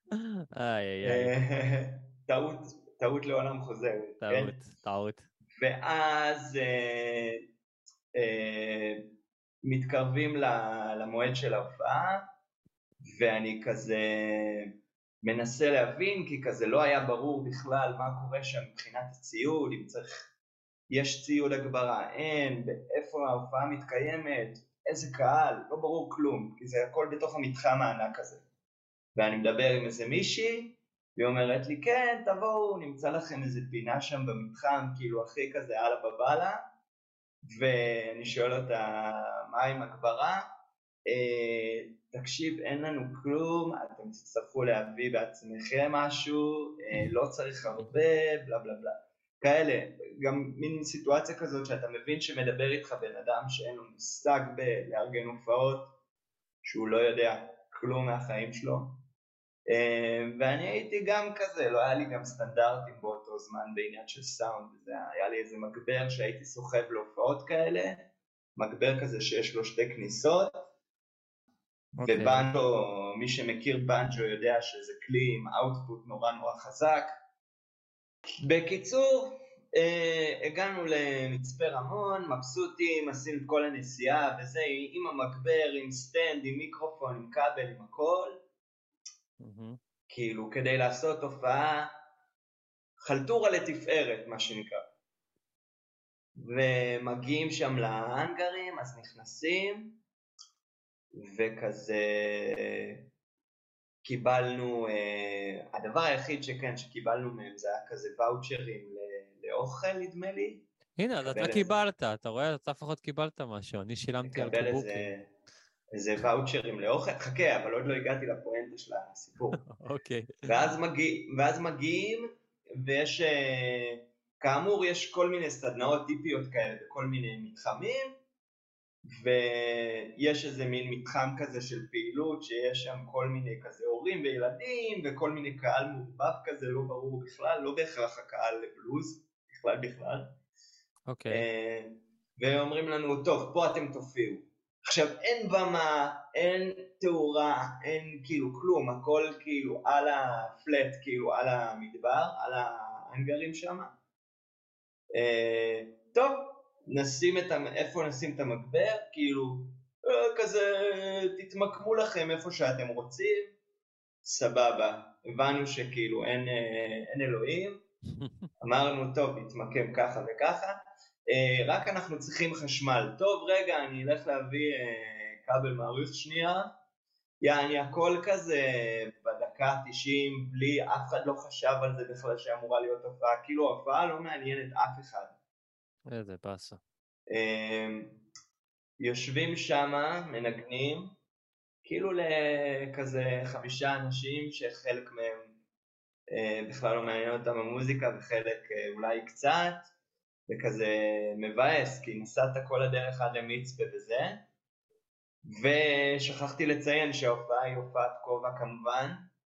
טעות לעולם חוזר. טעות. ואז מתקרבים למועד של ההופעה, ואני כזה מנסה להבין, כי כזה לא היה ברור בכלל מה קורה שם מבחינת הציוד, אם צריך, יש ציוד הגברה, אין, איפה ההופעה מתקיימת, איזה קהל, לא ברור כלום, כי זה הכל בתוך המתחם הענק הזה. ואני מדבר עם איזה מישהי, והיא אומרת לי, כן, תבואו, נמצא לכם איזה פינה שם במתחם, כאילו הכי כזה על הבבלה, ואני שואל אותה, מה עם הגברה? תקשיב, אין לנו כלום, אתם תצטרכו להביא בעצמכם משהו, לא צריך הרבה, בלה בלה בלה. כאלה, גם מין סיטואציה כזאת שאתה מבין שמדבר איתך בן אדם שאין לו מושג בלארגן הופעות, שהוא לא יודע כלום מהחיים שלו. ואני הייתי גם כזה, לא היה לי גם סטנדרטים באותו זמן בעניין של סאונד, היה לי איזה מגבר שהייתי סוחב להופעות כאלה, מגבר כזה שיש לו 2 כניסות, ובנג'ו, מי שמכיר בנג'ו יודע שזה כלי עם אאוטפוט נורא נורא חזק. בקיצור, הגענו למצפה רמון, מבסוטים, עשינו את כל הנסיעה וזה, עם המגבר, עם סטנד, עם מיקרופון, עם כבל, עם הכל. כאילו, כדי לעשות הופעה חלטורה לתפארת, מה שנקרא. ומגיעים שם להנגרים, אז נכנסים, וכזה קיבלנו, הדבר היחיד שקיבלנו מהם זה היה כזה ואוצ'רים לאוכל, נדמה לי. הנה, אז אתה קיבלת, אתה רואה, אתה לפחות קיבלת משהו, אני שילמתי על קבוקים. איזה ואוצ'רים לאוכל, חכה, אבל עוד לא הגעתי לפואנטה של הסיפור. אוקיי. ואז מגיעים, ויש, כאמור, יש כל מיני סדנאות טיפיות כאלה, בכל מיני מתחמים, ויש איזה מין מתחם כזה של פעילות, שיש שם כל מיני כזה הורים וילדים, וכל מיני קהל מורבב כזה, לא ברור בכלל, לא בהכרח הקהל לבלוז, בכלל. אוקיי. ואומרים לנו, טוב, פה אתם תופיעו. עכשיו, אין במה, אין תאורה, אין כאילו כלום, הכל כאילו על הפלט, כאילו על המדבר, על האנגרים שם. טוב, איפה נשים את המגבר, כאילו, כזה, תתמקמו לכם איפה שאתם רוצים, סבבה. הבנו שכאילו אין אלוהים, אמרנו, טוב, נתמקם ככה וככה, רק אנחנו צריכים חשמל. טוב, רגע, אני אלך להביא כבל מעריך שנייה, יעני הכל כזה בדקה 90, בלי, אף אחד לא חשב על זה בכלל שאמורה להיות הופעה, כאילו הופעה לא מעניינת אף אחד. איזה פסה. יושבים שם, מנגנים, כאילו לכזה 5 אנשים שחלק מהם בכלל לא מעניין אותם המוזיקה וחלק אולי קצת, וכזה מבאס, כי נסעת כל הדרך עד למצפה וזה, ושכחתי לציין שההופעה היא הופעת כובע כמובן.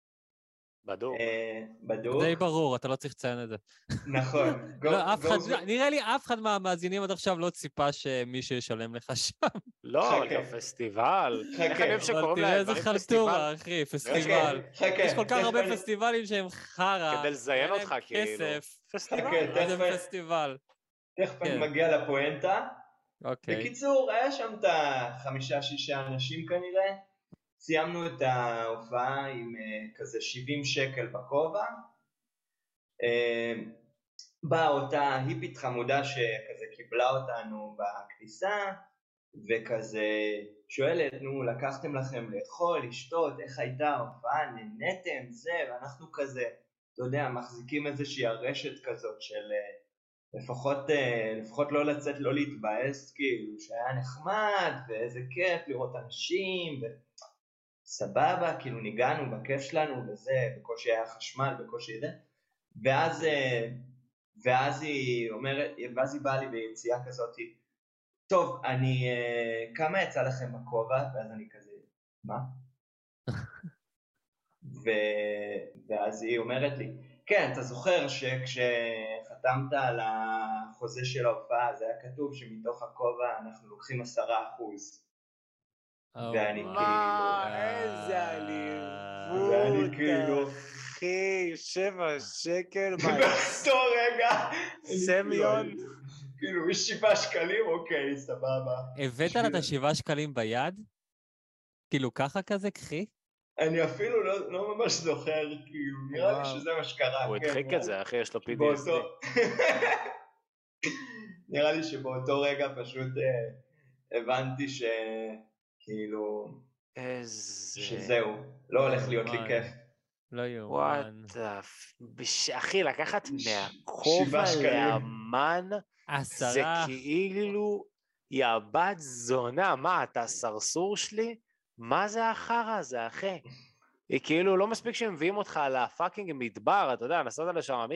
בדוק. די ברור, אתה לא צריך לציין את זה. נכון. נראה לי אף אחד מהמאזינים עד עכשיו לא ציפה שמישהו ישלם לך שם. לא, אבל פסטיבל. איך אני אוהב שקוראים להם? תראה איזה חלטורה, אחי, פסטיבל. יש כל כך הרבה פסטיבלים שהם חרא. כדי לזיין אותך, כאילו. פסטיבל. איזה פסטיבל. תכף אני מגיע לפואנטה. אוקיי. בקיצור, היה שם את 5-6 אנשים כנראה. סיימנו את ההופעה עם כזה 70 שקל בכובע. באה אותה היפית חמודה שכזה קיבלה אותנו בכניסה, וכזה שואלת, נו, לקחתם לכם לאכול, לשתות, איך הייתה ההופעה, נהנתם, זה, ואנחנו כזה, אתה יודע, מחזיקים איזושהי הרשת כזאת של לפחות לא לצאת, לא להתבאס, כאילו, שהיה נחמד, ואיזה כיף לראות אנשים, סבבה, כאילו ניגענו בכיף שלנו וזה, בקושי היה חשמל, בקושי זה, ואז היא באה לי ביציאה כזאת, טוב, כמה יצא לכם בכובע? ואז אני כזה, מה? ואז היא אומרת לי, כן, אתה זוכר שכשחתמת על החוזה של ההופעה, זה היה כתוב שמתוך הכובע אנחנו לוקחים 10%. ואני כאילו... איזה עליבות, אחי, 7 שקל, באותו רגע, סמיון. כאילו, 7 שקלים, אוקיי, סבבה. הבאת לה את 7 שקלים ביד? כאילו, ככה כזה, קחי? אני אפילו לא ממש זוכר, כאילו, נראה לי שזה מה שקרה. הוא הדחיק את זה, אחי, יש לו PTSD. נראה לי שבאותו רגע פשוט הבנתי כאילו, שזהו, לא הולך להיות לי כיף. לא יאומן. אחי, לקחת מהכובע לאמן, 10. זה כאילו, יא בת זונה, מה, אתה סרסור שלי? מה זה החרא הזה, אחי? היא כאילו, לא מספיק שמביאים אותך על הפאקינג מדבר, אתה יודע, נסעת לשם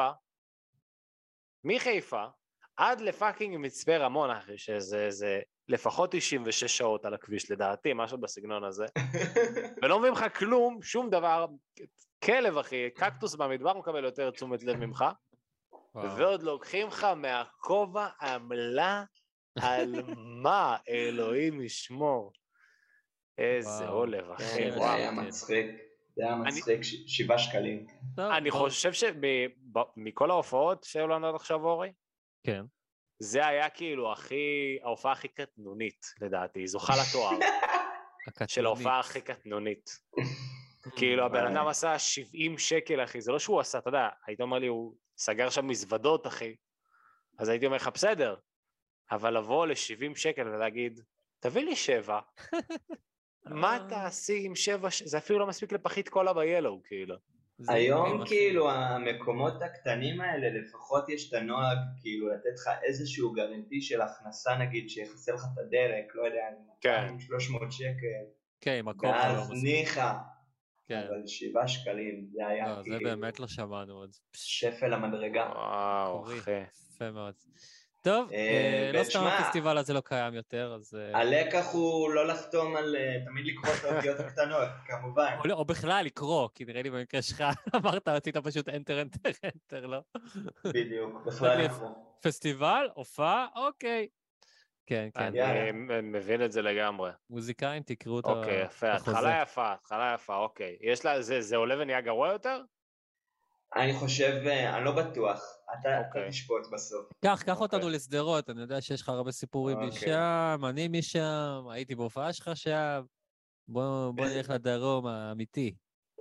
מחיפה, עד לפאקינג מצפה רמון, אחי, שזה לפחות 96 שעות על הכביש, לדעתי, משהו בסגנון הזה. ולא מביאים לך כלום, שום דבר, כלב, אחי, קקטוס במדבר מקבל יותר תשומת לב ממך, ועוד לוקחים לך מהכובע עמלה על מה, אלוהים ישמור. איזה עולב, אחי. זה היה מצחיק, 7 שקלים. אני חושב שמכל ההופעות שהיו לנו עד עכשיו, אורי, כן. זה היה כאילו ההופעה הכי קטנונית, לדעתי, זוכה לתואר של ההופעה הכי קטנונית. כאילו, הבן אדם עשה 70 שקל, אחי, זה לא שהוא עשה, אתה יודע, היית אומר לי, הוא סגר שם מזוודות, אחי, אז הייתי אומר לך, בסדר, אבל לבוא ל-70 שקל ולהגיד, תביא לי 7, מה תעשי עם 7, זה אפילו לא מספיק לפחית קולה ביילואו, כאילו. היום כאילו המקומות הקטנים האלה לפחות יש את הנוהג כאילו לתת לך איזשהו גרנטי של הכנסה נגיד שיחסה לך את הדלק, לא יודע, 300 שקל. כן, עם הכל. ואז ניחה. אבל 7 שקלים, זה היה כאילו... זה באמת לא שמענו עוד. שפל המדרגה. וואו, אחי. יפה מאוד. טוב, לא סתם הפסטיבל הזה לא קיים יותר, אז... הלקח הוא לא לחתום על, תמיד לקרוא את האותיות הקטנות, כמובן. או בכלל לקרוא, כי נראה לי במקרה שלך אמרת, רצית פשוט enter, לא? בדיוק, בכלל לקרוא. פסטיבל, הופעה, אוקיי. כן, כן. אני מבין את זה לגמרי. מוזיקאים, תקראו את החוזה. אוקיי, יפה, התחלה יפה, אוקיי. זה עולה ונהיה גרוע יותר? אני חושב, אני לא בטוח, אתה תשפוט בסוף. קח אותנו לסדרות, אני יודע שיש לך הרבה סיפורים משם, אני משם, הייתי בהופעה שלך שם, בוא נלך לדרום האמיתי.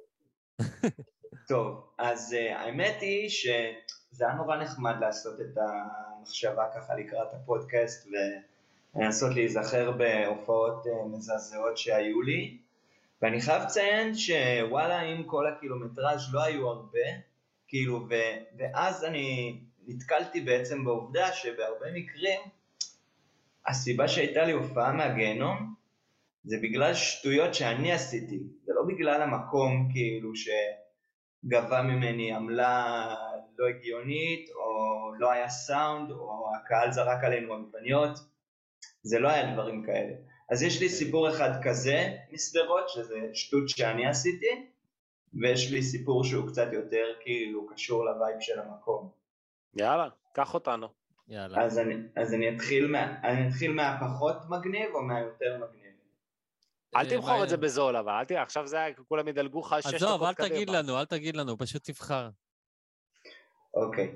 טוב, אז האמת היא שזה היה נורא נחמד לעשות את המחשבה ככה לקראת הפודקאסט, ולנסות להיזכר בהופעות מזעזעות שהיו לי, ואני חייב לציין שוואלה, עם כל הקילומטראז' לא היו הרבה, כאילו, ואז אני נתקלתי בעצם בעובדה שבהרבה מקרים, הסיבה שהייתה לי הופעה מהגיהנום, זה בגלל שטויות שאני עשיתי, זה לא בגלל המקום כאילו שגבה ממני עמלה לא הגיונית, או לא היה סאונד, או הקהל זרק עלינו עגבניות, זה לא היה דברים כאלה. אז יש לי סיפור אחד כזה מסדרות, שזה שטות שאני עשיתי, ויש לי סיפור שהוא קצת יותר כאילו קשור לווייב של המקום. יאללה, קח אותנו. יאללה. אז אני אתחיל מהפחות מגניב או מהיותר מגניב? אל תמחור את זה בזול, אבל אל תראה, עכשיו זה כולם ידלגו לך 6 דקות קדימה. עזוב, אל תגיד לנו, פשוט תבחר. אוקיי.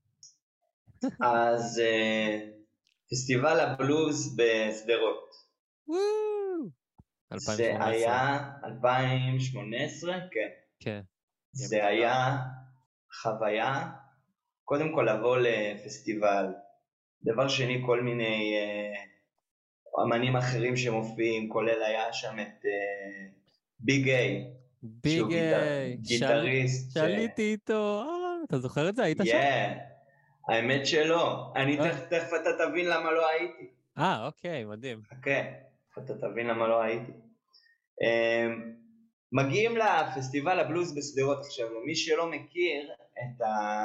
אז פסטיבל הבלוז בסדרות. זה היה 2018, כן. כן. זה היה חוויה, קודם כל לבוא לפסטיבל, דבר שני כל מיני אמנים אחרים שמופיעים, כולל היה שם את ביג איי, ביג איי, גיטריסט. שעליתי איתו, אתה זוכר את זה? היית שם? האמת שלא, תכף אתה תבין למה לא הייתי. אוקיי, מדהים. כן, אתה תבין למה לא הייתי. מגיעים לפסטיבל הבלוז בסדרות עכשיו, למי שלא מכיר את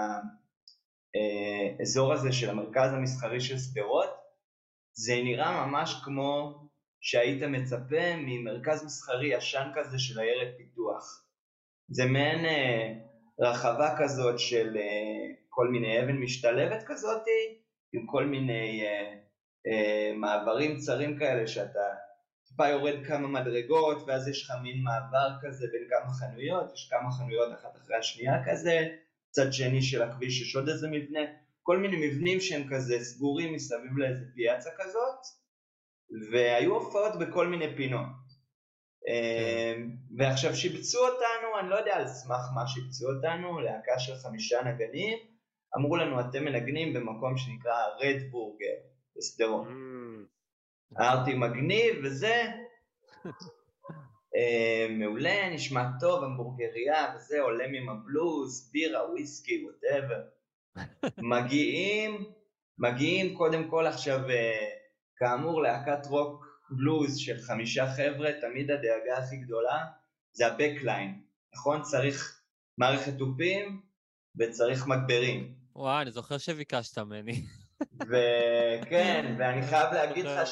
האזור הזה של המרכז המסחרי של סדרות, זה נראה ממש כמו שהיית מצפה ממרכז מסחרי ישן כזה של עיירת פיתוח. זה מעין רחבה כזאת של כל מיני אבן משתלבת כזאת, עם כל מיני מעברים צרים כאלה שאתה טיפה יורד כמה מדרגות, ואז יש לך מין מעבר כזה בין כמה חנויות, יש כמה חנויות אחת אחרי השנייה כזה, צד שני של הכביש יש עוד איזה מבנה, כל מיני מבנים שהם כזה סגורים מסביב לאיזה פיאצה כזאת, והיו הופעות בכל מיני פינות. ועכשיו שיבצו אותנו, אני לא יודע על סמך מה שיבצו אותנו, להקה של 5 נגנים, אמרו לנו אתם מנגנים במקום שנקרא רד בורגר, בסדרות. ארתי מגניב וזה, מעולה, נשמע טוב, המבורגריה וזה, עולם עם הבלוז, בירה, וויסקי, whatever. מגיעים קודם כל עכשיו, כאמור, להקת רוק בלוז של 5 חבר'ה, תמיד הדאגה הכי גדולה, זה הבקליין, נכון? צריך מערכת תופים וצריך מגברים. וואי, אני זוכר שביקשת ממני. וכן, ואני חייב להגיד לך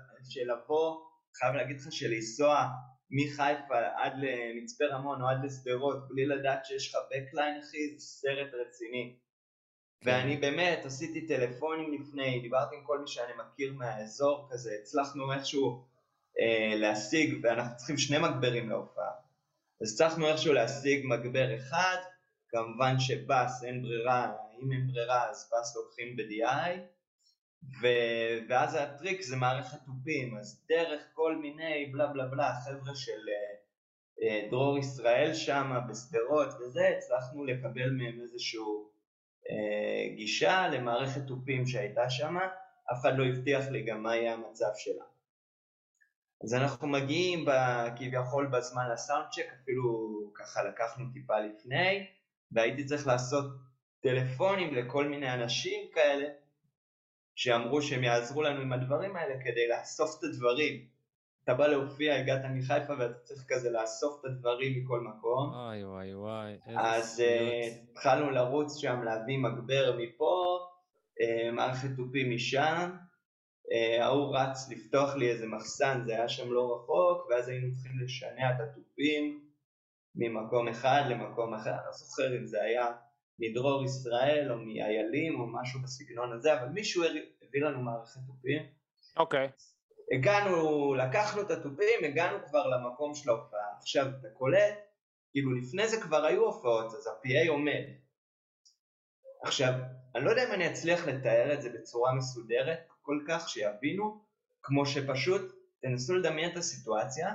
שלנסוע מחיפה עד למצפה רמון או עד לשדרות, בלי לדעת שיש לך בקליין, אחי, זה סרט רציני. ואני באמת עשיתי טלפונים לפני, דיברתי עם כל מי שאני מכיר מהאזור כזה, הצלחנו איכשהו להשיג, ואנחנו צריכים 2 מגברים להופעה. אז הצלחנו איכשהו להשיג מגבר אחד, כמובן שבאס אין ברירה, אם אין ברירה אז באס לוקחים ב-DI, ואז הטריק זה מערכת תופים, אז דרך כל מיני בלה בלה בלה, חבר'ה של דרור ישראל שם בסדרות וזה, הצלחנו לקבל מהם איזשהו גישה למערכת תופים שהייתה שם, אף אחד לא הבטיח לי גם מה יהיה המצב שלה. אז אנחנו מגיעים כביכול בזמן לסאונד צ'ק, אפילו ככה לקחנו טיפה לפני, והייתי צריך לעשות טלפונים לכל מיני אנשים כאלה, שאמרו שהם יעזרו לנו עם הדברים האלה כדי לאסוף את הדברים. אתה בא להופיע, הגעת מחיפה ואתה צריך כזה לאסוף את הדברים מכל מקום. וואי וואי וואי. אז התחלנו לרוץ שם, להביא מגבר מפה, מערכת תופים משם, ההוא רץ לפתוח לי איזה מחסן, זה היה שם לא רחוק, ואז היינו צריכים לשנע את התופים ממקום אחד למקום אחר, אני לא זוכר אם זה היה מדרור ישראל או מאיילים או משהו בסגנון הזה, אבל מישהו הביא לנו מערכת תופים. אוקיי. לקחנו את התופים, הגענו כבר למקום של ההופעה. עכשיו אתה קולט, כאילו לפני זה כבר היו הופעות, אז ה-PA עומד. עכשיו, אני לא יודע אם אני אצליח לתאר את זה בצורה מסודרת כל כך שיבינו, כמו שפשוט תנסו לדמיין את הסיטואציה,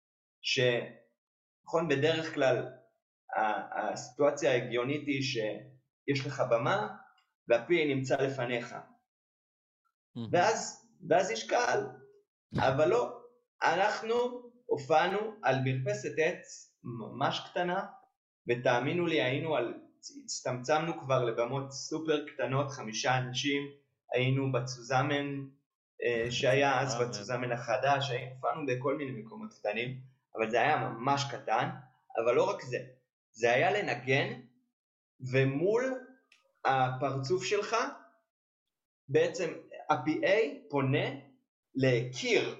נכון, בדרך כלל הסיטואציה ההגיונית היא שיש לך במה, והפי נמצא לפניך. ואז יש קהל, אבל לא, אנחנו הופענו על מרפסת עץ ממש קטנה, ותאמינו לי, הצטמצמנו כבר לבמות סופר קטנות, 5 אנשים, היינו בצוזמן שהיה אז בצוזמן החדש, הופענו בכל מיני מקומות קטנים, אבל זה היה ממש קטן, אבל לא רק זה, זה היה לנגן, ומול הפרצוף שלך, בעצם ה-PA פונה לקיר.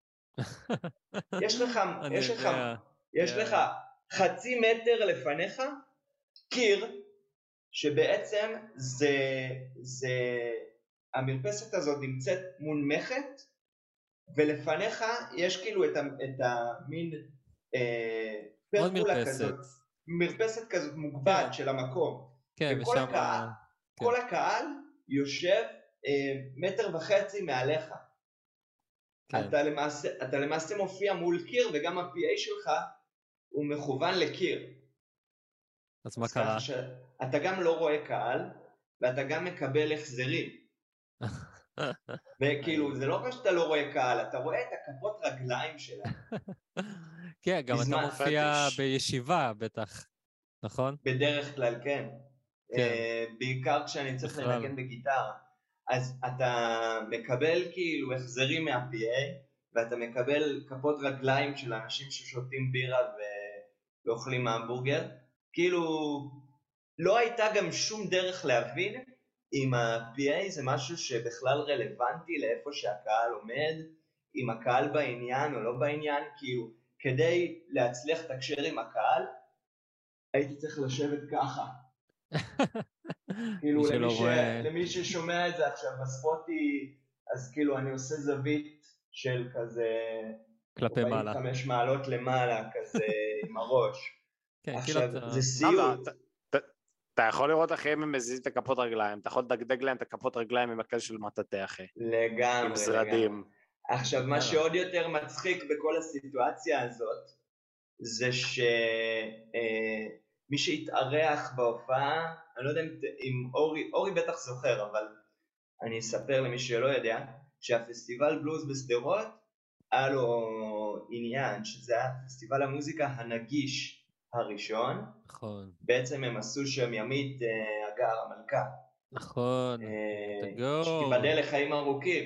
יש לך חצי מטר לפניך, קיר, שבעצם המרפסת הזאת נמצאת מונמכת, ולפניך יש כאילו את המין פרקולה כזאת, מרפסת כזאת מוגבעת של המקום. כן, וכל הקהל יושב 1.5 מטר מעליך. אתה למעשה מופיע מול קיר, וגם ה-PA שלך הוא מכוון לקיר. אז מה קרה? אתה גם לא רואה קהל, ואתה גם מקבל החזרים. וכאילו, זה לא רק שאתה לא רואה קהל, אתה רואה את הכפות רגליים שלה. כן, גם אתה מופיע בישיבה, בטח, נכון? בדרך כלל, כן. בעיקר כשאני צריך לנגן בגיטרה. אז אתה מקבל כאילו החזרים מה-PA, ואתה מקבל כפות רגליים של אנשים ששותים בירה ואוכלים המבורגר. כאילו, לא הייתה גם שום דרך להבין אם ה-PA זה משהו שבכלל רלוונטי לאיפה שהקהל עומד, אם הקהל בעניין או לא בעניין, כאילו, כדי להצליח לתקשר עם הקהל, הייתי צריך לשבת ככה. כאילו, למי ששומע את זה עכשיו בספוטי, אז כאילו אני עושה זווית של כזה 45 מעלות למעלה, כזה עם הראש. עכשיו, זה סיוט. אתה יכול לראות אחרי הם מזיז את הכפות רגליים, אתה יכול לדגדג להם את הכפות רגליים עם הקל של מטאטה אחי. לגמרי. עם זרדים. עכשיו, מה שעוד יותר מצחיק בכל הסיטואציה הזאת, זה שמי שהתארח בהופעה, אני לא יודע אם אורי בטח זוכר, אבל אני אספר למי שלא יודע, שהפסטיבל בלוז בסדרות, היה לו עניין, שזה היה פסטיבל המוזיקה הנגיש הראשון. נכון. בעצם הם עשו שם ימית אגר המלכה. נכון. שתיבדל לחיים ארוכים.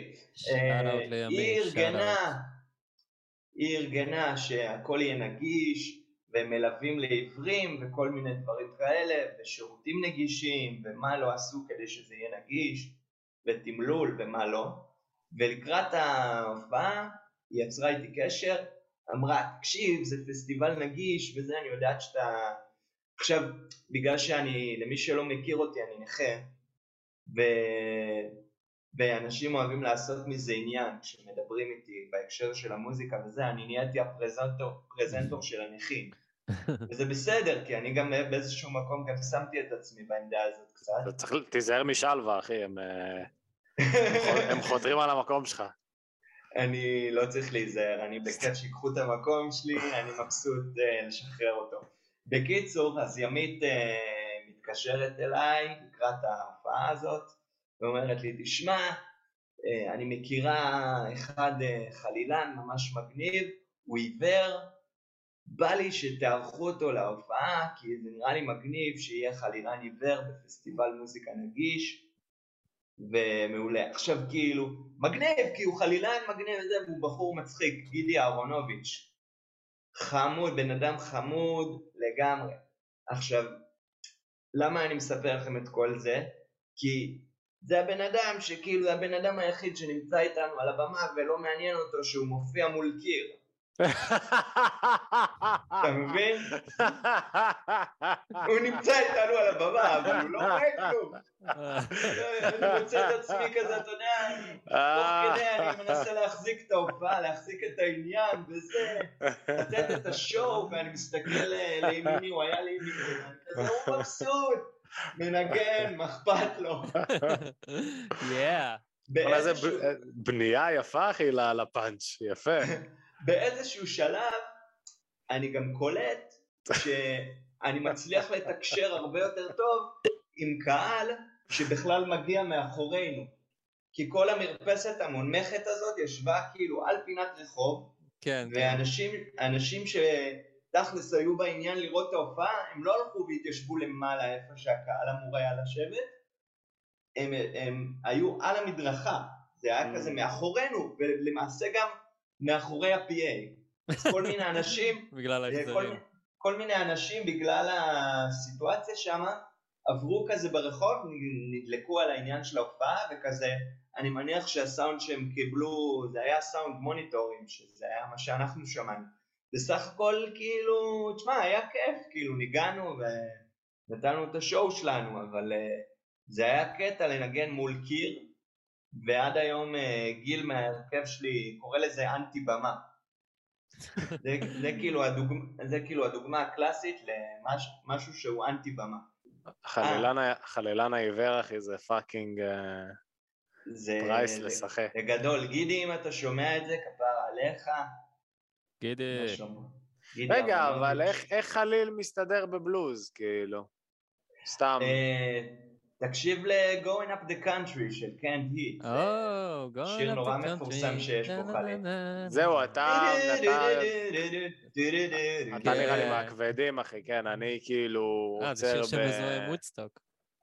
היא ארגנה שהכל יהיה נגיש, והם מלווים לעברים וכל מיני דברים כאלה, ושירותים נגישים, ומה לא עשו כדי שזה יהיה נגיש, ותמלול ומה לא. ולקראת ההופעה היא יצרה איתי קשר, אמרה, תקשיב, זה פסטיבל נגיש וזה, אני יודעת שאתה... עכשיו, בגלל שאני, למי שלא מכיר אותי, אני נכה, ואנשים אוהבים לעשות מזה עניין, כשמדברים איתי בהקשר של המוזיקה וזה, אני נהייתי הפרזנטור של הנכים. וזה בסדר, כי אני גם באיזשהו מקום גם שמתי את עצמי בעמדה הזאת קצת. תיזהר משלווה, אחי, הם חותרים על המקום שלך. אני לא צריך להיזהר, אני בכיף שיקחו את המקום שלי, אני מבסוט לשחרר אותו. בקיצור, אז ימית מתקשרת אליי לקראת ההופעה הזאת, ואומרת לי, תשמע, אני מכירה אחד חלילן ממש מגניב, הוא עיוור, בא לי שתערכו אותו להופעה, כי זה נראה לי מגניב שיהיה חלילן עיוור בפסטיבל מוזיקה נגיש, ומעולה. עכשיו כאילו, מגניב, כי הוא חלילן מגניב וזה, והוא בחור מצחיק, גידי אהרונוביץ'. חמוד, בן אדם חמוד לגמרי. עכשיו, למה אני מספר לכם את כל זה? כי זה הבן אדם שכאילו, זה הבן אדם היחיד שנמצא איתנו על הבמה, ולא מעניין אותו שהוא מופיע מול קיר. אתה מבין? הוא נמצא איתנו על הבמה, אבל הוא לא רואה כלום. אני מוצא את עצמי כזה, אתה יודע, תוך כדי אני מנסה להחזיק את ההופעה, להחזיק את העניין וזה, לתת את השואו, ואני מסתכל לימיני, הוא היה לימיני, כזה הוא מבסוט, מנגן, מה אכפת לו. זה בנייה יפה, אחי, לפאנץ', יפה. באיזשהו שלב אני גם קולט שאני מצליח לתקשר הרבה יותר טוב עם קהל שבכלל מגיע מאחורינו, כי כל המרפסת המונמכת הזאת ישבה כאילו על פינת רחוב, ואנשים שתכלס היו בעניין לראות את ההופעה, הם לא הלכו והתיישבו למעלה איפה שהקהל אמור היה לשבת, הם היו על המדרכה, זה היה כזה מאחורינו, ולמעשה גם מאחורי ה-PA. אז כל מיני אנשים, כל מיני אנשים בגלל הסיטואציה שם, עברו כזה ברחוב, נדלקו על העניין של ההופעה, וכזה, אני מניח שהסאונד שהם קיבלו, זה היה סאונד מוניטורים, שזה היה מה שאנחנו שמענו. בסך הכל כאילו, תשמע, היה כיף, כאילו ניגענו ונתנו את השואו שלנו, אבל זה היה קטע לנגן מול קיר, ועד היום גיל מהרכב שלי קורא לזה אנטי במה. זה כאילו הדוגמה הקלאסית למשהו שהוא אנטי במה. חלילן העיוור, אחי, זה פאקינג פרייס לשחק. זה גדול. גידי, אם אתה שומע את זה, כפר עליך. גידי. רגע, אבל איך חליל מסתדר בבלוז, כאילו? סתם. תקשיב ל-Going Up the Country של קנט היט. שיר נורא מפורסם שיש בו חליל. זהו, אתה נראה לי מהכבדים, אחי, כן, אני כאילו זה שיר שמזוהה מודסטוק.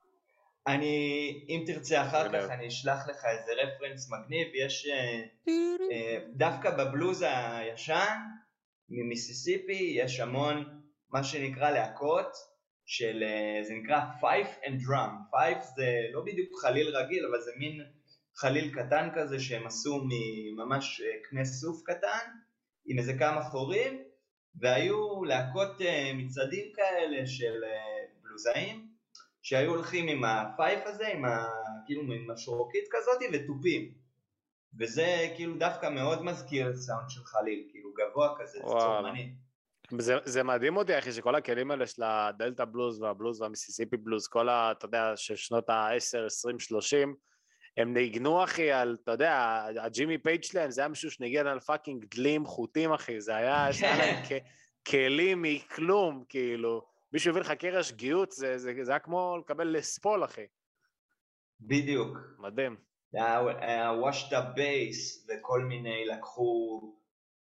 אם תרצה אחר כך, אני אשלח לך איזה רפרנס מגניב, יש דווקא בבלוז הישן, ממיסיסיפי, יש המון מה שנקרא להקות, זה נקרא Fife and Drum. Fife זה לא בדיוק חליל רגיל, אבל זה מין חליל קטן כזה שהם עשו ממש קנה סוף קטן, עם איזה כמה חורים, והיו להקות מצעדים כאלה של בלוזאים, שהיו הולכים עם הפייף הזה, כאילו עם השורוקית כזאת וטופים. וזה כאילו דווקא מאוד מזכיר סאונד של חליל, כאילו גבוה כזה, צורמני. זה מדהים אותי, אחי, שכל הכלים האלה של הדלטה בלוז והבלוז והמיסיסיפי בלוז, כל אתה יודע, של שנות ה-10, 20, 30, הם ניגנו, אחי, על, אתה יודע, הג'ימי פייג' שלהם, זה היה משהו שניגן על פאקינג דלים, חוטים, אחי, זה היה, כלים מכלום, כאילו, מישהו הביא לך קרש גיוט, זה היה כמו לקבל לספול, אחי. בדיוק. מדהים. washed up bass, וכל מיני לקחו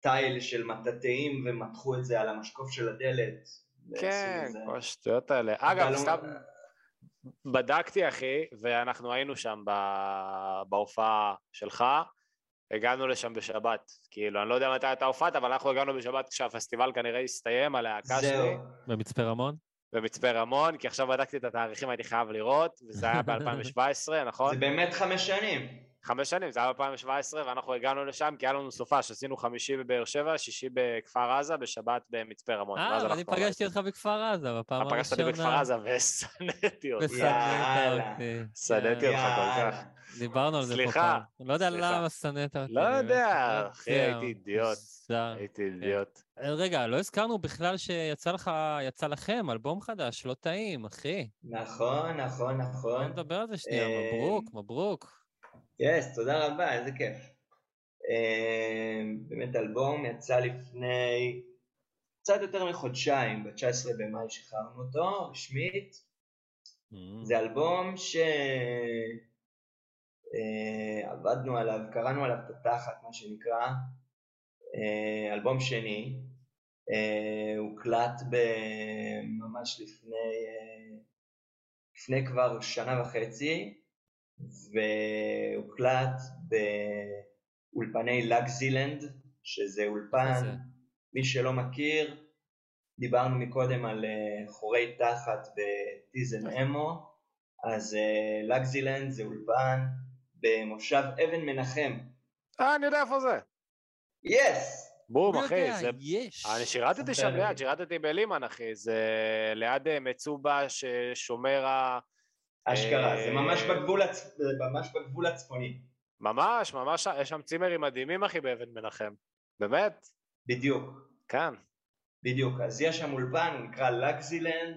טייל של מטאטאים ומתחו את זה על המשקוף של הדלת. כן, כל השטויות האלה. אגב, סתם בדקתי אחי, ואנחנו היינו שם בהופעה שלך, הגענו לשם בשבת, כאילו אני לא יודע מתי אתה הופעת, אבל אנחנו הגענו בשבת כשהפסטיבל כנראה הסתיים על להקה שלי. במצפה רמון? במצפה רמון, כי עכשיו בדקתי את התאריכים, הייתי חייב לראות, וזה היה ב-2017, נכון? זה באמת 5 שנים. 5 שנים, זה היה ב-2017, ואנחנו הגענו לשם, כי היה לנו סופה, שעשינו 5 בבאר שבע, 6 בכפר עזה, בשבת במצפה רמון. אני פגשתי אותך בכפר עזה, בפעם הראשונה. פגשתי בכפר עזה, וסנאתי אותך. סנאתי אותך כל כך. דיברנו על זה פה פעם. לא יודע למה סנאת אותי. לא יודע, אחי, הייתי אידיוט. הייתי אידיוט. רגע, לא הזכרנו בכלל שיצא לכם אלבום חדש, לא טעים, אחי. נכון. בוא נדבר על זה שנייה, מברוק. יס, תודה רבה, איזה כיף. באמת אלבום יצא לפני קצת יותר מחודשיים, ב-19 במאי שחררנו אותו, רשמית. זה אלבום שעבדנו עליו, קראנו עליו את התחת, מה שנקרא, אלבום שני, הוקלט ממש לפני כבר 1.5 שנה, והוקלט באולפני לגזילנד, שזה אולפן, מי שלא מכיר, דיברנו מקודם על חורי תחת בטיזן אמו, אז לגזילנד זה אולפן במושב אבן מנחם. אני יודע איפה זה. יס! בום, אחי, אני שירתתי שם ליד, שירתתי בלימן, אחי, זה ליד מצובה ששומר אשכרה, זה ממש בגבול הצפוני. ממש, יש שם צימרים מדהימים, אחי, באבן מנחם. באמת? בדיוק. כן. בדיוק, אז יש שם אולפן, הוא נקרא לגזילנד,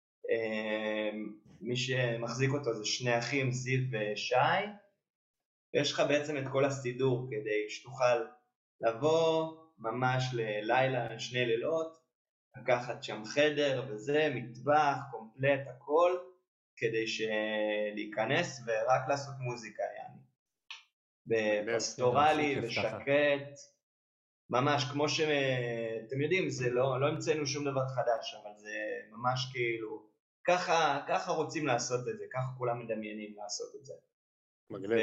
מי שמחזיק אותו זה 2 אחים, זיו ושי, ויש לך בעצם את כל הסידור כדי שתוכל לבוא ממש ללילה, 2 לילות, לקחת שם חדר וזה, מטבח, קומפלט, הכל, כדי להיכנס ורק לעשות מוזיקה, יעני. בפסטורלי ושקט, ממש כמו שאתם יודעים, זה לא המצאנו שום דבר חדש, אבל זה ממש כאילו, ככה רוצים לעשות את זה, ככה כולם מדמיינים לעשות את זה. מגניב.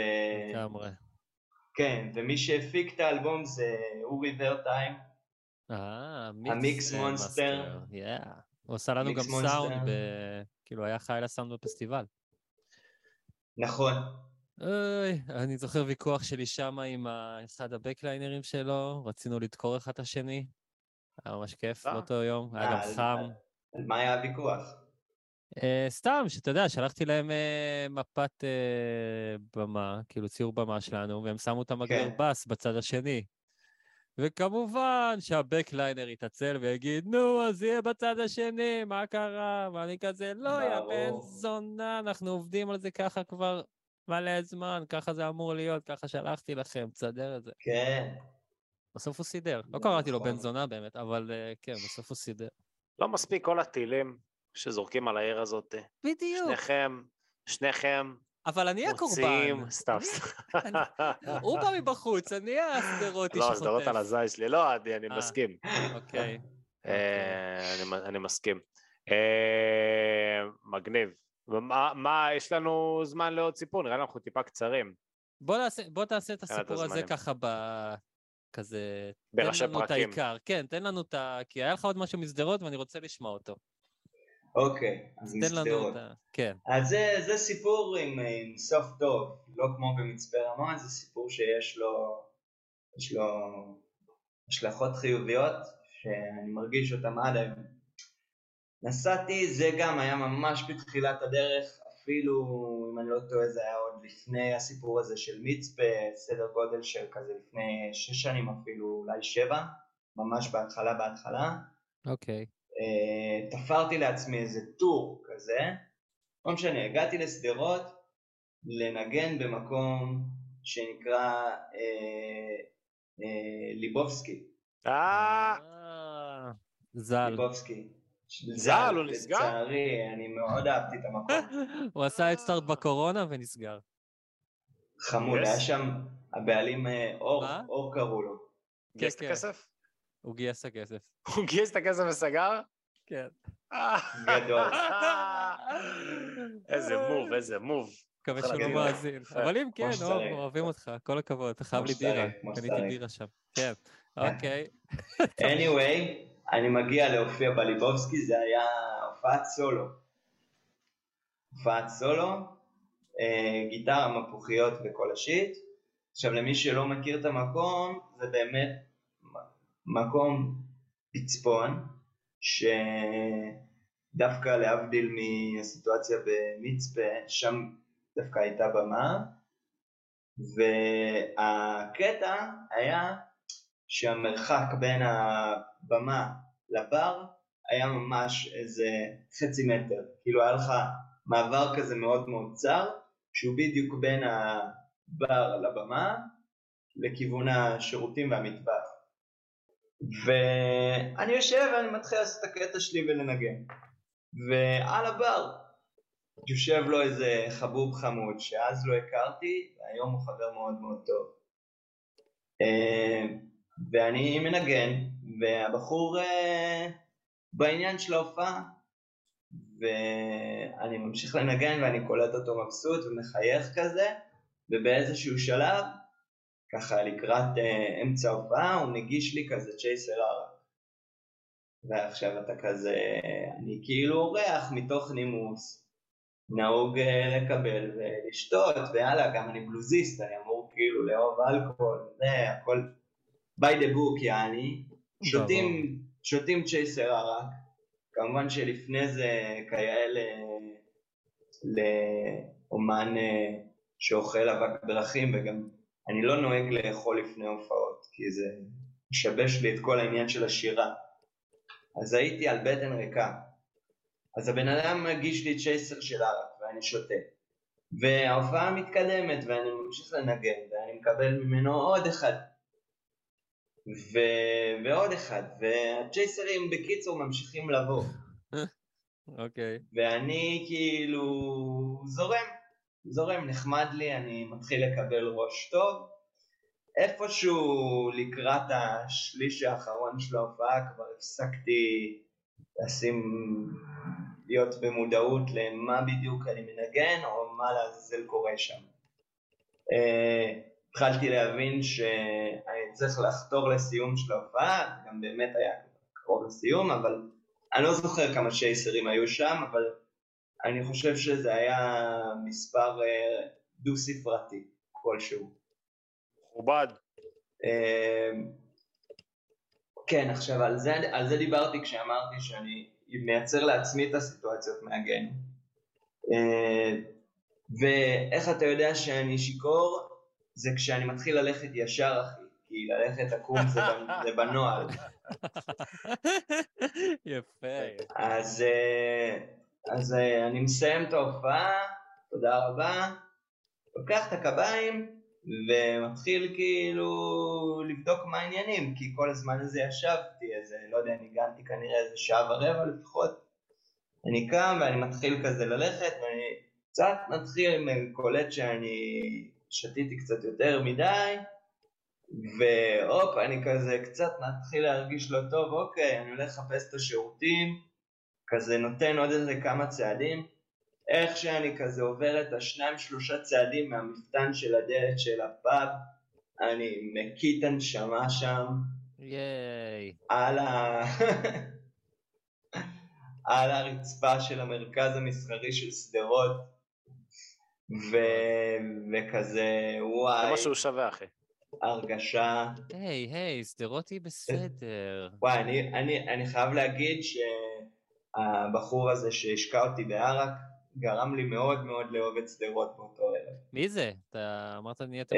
כן, ומי שהפיק את האלבום זה אורי ורטיים, המיקס מונסטר. הוא עושה לנו גם סאונד, כאילו היה חי לסאונד בפסטיבל. נכון. אני זוכר ויכוח שלי שם עם אחד הבקליינרים שלו, רצינו לדקור אחד את השני, היה ממש כיף באותו יום, היה גם חם. על מה היה הוויכוח? סתם, שאתה יודע, שלחתי להם מפת במה, כאילו ציור במה שלנו, והם שמו את המגבר בס בצד השני. וכמובן שהבקליינר יתעצל ויגיד, נו, אז יהיה בצד השני, מה קרה? ואני כזה, לא, יא בן זונה, אנחנו עובדים על זה ככה כבר מלא זמן, ככה זה אמור להיות, ככה שלחתי לכם, תסדר את זה. כן. בסוף הוא סידר. לא קראתי לו בן זונה באמת, אבל כן, בסוף הוא סידר. לא מספיק כל הטילים שזורקים על העיר הזאת. בדיוק. שניכם. אבל אני הקורבן. סתם. הוא בא מבחוץ, אני הסדרותי שחוטף. לא, הסדרות על הזי שלי, לא, אני מסכים. אוקיי. אני מסכים. מגניב. מה, יש לנו זמן לעוד סיפור? נראה אנחנו טיפה קצרים. בוא תעשה את הסיפור הזה ככה כזה... בראשי פרקים. כן, תן לנו את ה... כי היה לך עוד משהו מסדרות ואני רוצה לשמוע אותו. אוקיי, אז מסדרות. כן. אז זה סיפור עם סוף טוב, לא כמו במצפה רמון, זה סיפור שיש לו השלכות חיוביות, שאני מרגיש אותם עד היום. נסעתי, זה גם היה ממש בתחילת הדרך, אפילו אם אני לא טועה זה היה עוד לפני הסיפור הזה של מצפה, סדר גודל של כזה לפני 6 שנים אפילו, אולי 7, ממש בהתחלה. אוקיי. תפרתי לעצמי איזה טור כזה, לא משנה, הגעתי לסדרות לנגן במקום שנקרא ליבובסקי. זל. ליבובסקי. זל, הוא נסגר? לצערי, אני מאוד אהבתי את המקום. הוא עשה אקסטארט בקורונה ונסגר. חמוד, היה שם הבעלים אור קראו לו. גייס את הכסף? הוא גייס את הכסף. הוא גייס את הכסף וסגר? כן. גדול. איזה מוב, איזה מוב. מקווה שלא מאזין. אבל אם כן, אוהבים אותך, כל הכבוד, אתה חייב לי דירה. קניתי דירה שם. כן, אוקיי. anyway, אני מגיע להופיע בליבובסקי, זה היה הופעת סולו. הופעת סולו, גיטרה, מפוחיות וכל השיט. עכשיו, למי שלא מכיר את המקום, זה באמת מקום פצפון, שדווקא להבדיל מהסיטואציה במצפה, שם דווקא הייתה במה, והקטע היה שהמרחק בין הבמה לבר היה ממש איזה חצי מטר, כאילו היה לך מעבר כזה מאוד מאוד צר, שהוא בדיוק בין הבר לבמה לכיוון השירותים והמטבח. ואני יושב ואני מתחיל לעשות את הקטע שלי ולנגן, ועל הבר יושב לו איזה חבוב חמוד שאז לא הכרתי, והיום הוא חבר מאוד מאוד טוב. ואני מנגן, והבחור בעניין של ההופעה, ואני ממשיך לנגן ואני קולט אותו מבסוט ומחייך כזה, ובאיזשהו שלב, ככה לקראת אמצע ההופעה, הוא מגיש לי כזה צ'ייסר ערק. ועכשיו אתה כזה, אני כאילו אורח מתוך נימוס, נהוג לקבל ולשתות, ויאללה, גם אני בלוזיסט, אני אמור כאילו לאהוב אלכוהול, זה הכל by the book יעני, שותים צ'ייסר ערק, כמובן שלפני זה כאלה לאומן שאוכל אבק דרכים, וגם אני לא נוהג לאכול לפני הופעות, כי זה משבש לי את כל העניין של השירה. אז הייתי על בטן ריקה. אז הבן אדם מגיש לי צ'ייסר של ערק, ואני שותה. וההופעה מתקדמת, ואני ממשיך לנגן, ואני מקבל ממנו עוד אחד. ועוד אחד, והצ'ייסרים בקיצור ממשיכים לבוא. אוקיי. ואני כאילו זורם, נחמד לי, אני מתחיל לקבל ראש טוב. איפשהו לקראת השליש האחרון של ההופעה כבר הפסקתי להיות במודעות למה בדיוק אני מנגן או מה לעזל קורה שם. התחלתי להבין שאני צריך לחתור לסיום של ההופעה, גם באמת היה קרוב לסיום, אבל אני לא זוכר כמה צ'ייסרים היו שם, אבל אני חושב שזה היה מספר דו ספרתי כלשהו. מכובד. כן, עכשיו על זה דיברתי כשאמרתי שאני מייצר לעצמי את הסיטואציות מהגן. ואיך אתה יודע שאני שיקור? זה כשאני מתחיל ללכת ישר, אחי, כי ללכת עקום זה בנועל. יפה. אז אני מסיים את ההופעה, תודה רבה, לוקח את הקביים ומתחיל כאילו לבדוק מה העניינים, כי כל הזמן הזה ישבתי, איזה, לא יודע, ניגנתי כנראה איזה שעה ורבע לפחות. אני קם ואני מתחיל כזה ללכת, ואני קצת מתחיל קולט שאני שתיתי קצת יותר מדי, ואופ, אני כזה קצת מתחיל להרגיש לא טוב, אוקיי, אני הולך לחפש את השירותים, כזה נותן עוד איזה כמה צעדים, איך שאני כזה עובר את 2-3 צעדים מהמפתן של הדלת של הפאב, אני מקית הנשמה שם, ייי. על הרצפה של המרכז המסחרי של סדרות, וכזה וואי. זה משהו שווה, אחי. הרגשה. היי, סדרות היא בסדר. וואי, אני חייב להגיד שהבחור הזה שהשקע אותי בערק, גרם לי מאוד מאוד לאהוב את סדרות באותו ערב. מי זה? אתה אמרת נהיית...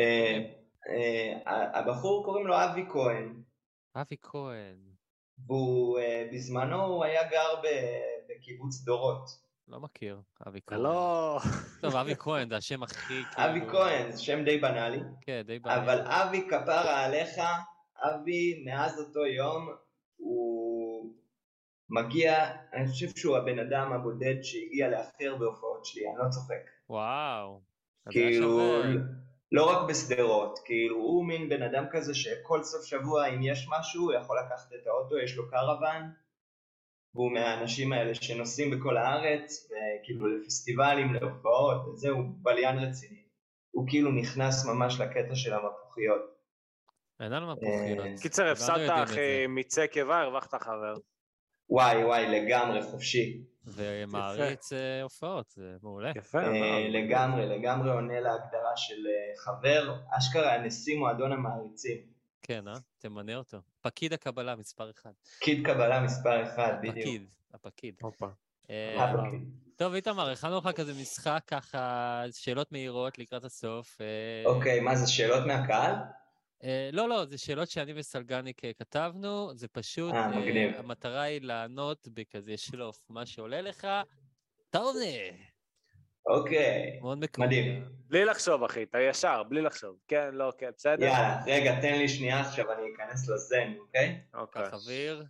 הבחור קוראים לו אבי כהן. אבי כהן. והוא בזמנו הוא היה גר בקיבוץ דורות. לא מכיר, אבי כהן. לא. טוב, אבי כהן, זה השם הכי... אבי כהן, זה שם די בנאלי. כן, די בנאלי. אבל אבי כפרה עליך, אבי מאז אותו יום, הוא מגיע, אני חושב שהוא הבן אדם הבודד שהגיע להכי הרבה הופעות שלי, אני לא צוחק. וואו. כאילו, לא רק בסדרות, כאילו הוא מין בן אדם כזה שכל סוף שבוע אם יש משהו הוא יכול לקחת את האוטו, יש לו קרוון, והוא מהאנשים האלה שנוסעים בכל הארץ, וכאילו לפסטיבלים, להופעות, וזהו, בליין רציני. הוא כאילו נכנס ממש לקטע של המפוחיות. אין לנו מפוחיות. קיצר, הפסדת אחי מיצי קיבה, הרווחת חבר. וואי, לגמרי, חופשי. ומעריץ הופעות, זה מעולה. יפה. לגמרי עונה להגדרה של חבר, אשכרה הנשיא מועדון המעריצים. כן, תמנה אותו. פקיד הקבלה מספר 1. פקיד קבלה מספר 1, בדיוק. הפקיד. טוב, איתמר, הכנו לך כזה משחק ככה, שאלות מהירות לקראת הסוף. אוקיי, מה זה, שאלות מהקהל? לא, זה שאלות שאני וסלגניק כתבנו, זה פשוט, המטרה היא לענות בכזה שלוף, מה שעולה לך, תעונה. אוקיי, מדהים. בלי לחשוב, אחי, אתה ישר, בלי לחשוב. כן, לא, כן, בסדר? יאללה, רגע, תן לי שנייה, עכשיו אני אכנס לזן, אוקיי? אוקיי. חביר.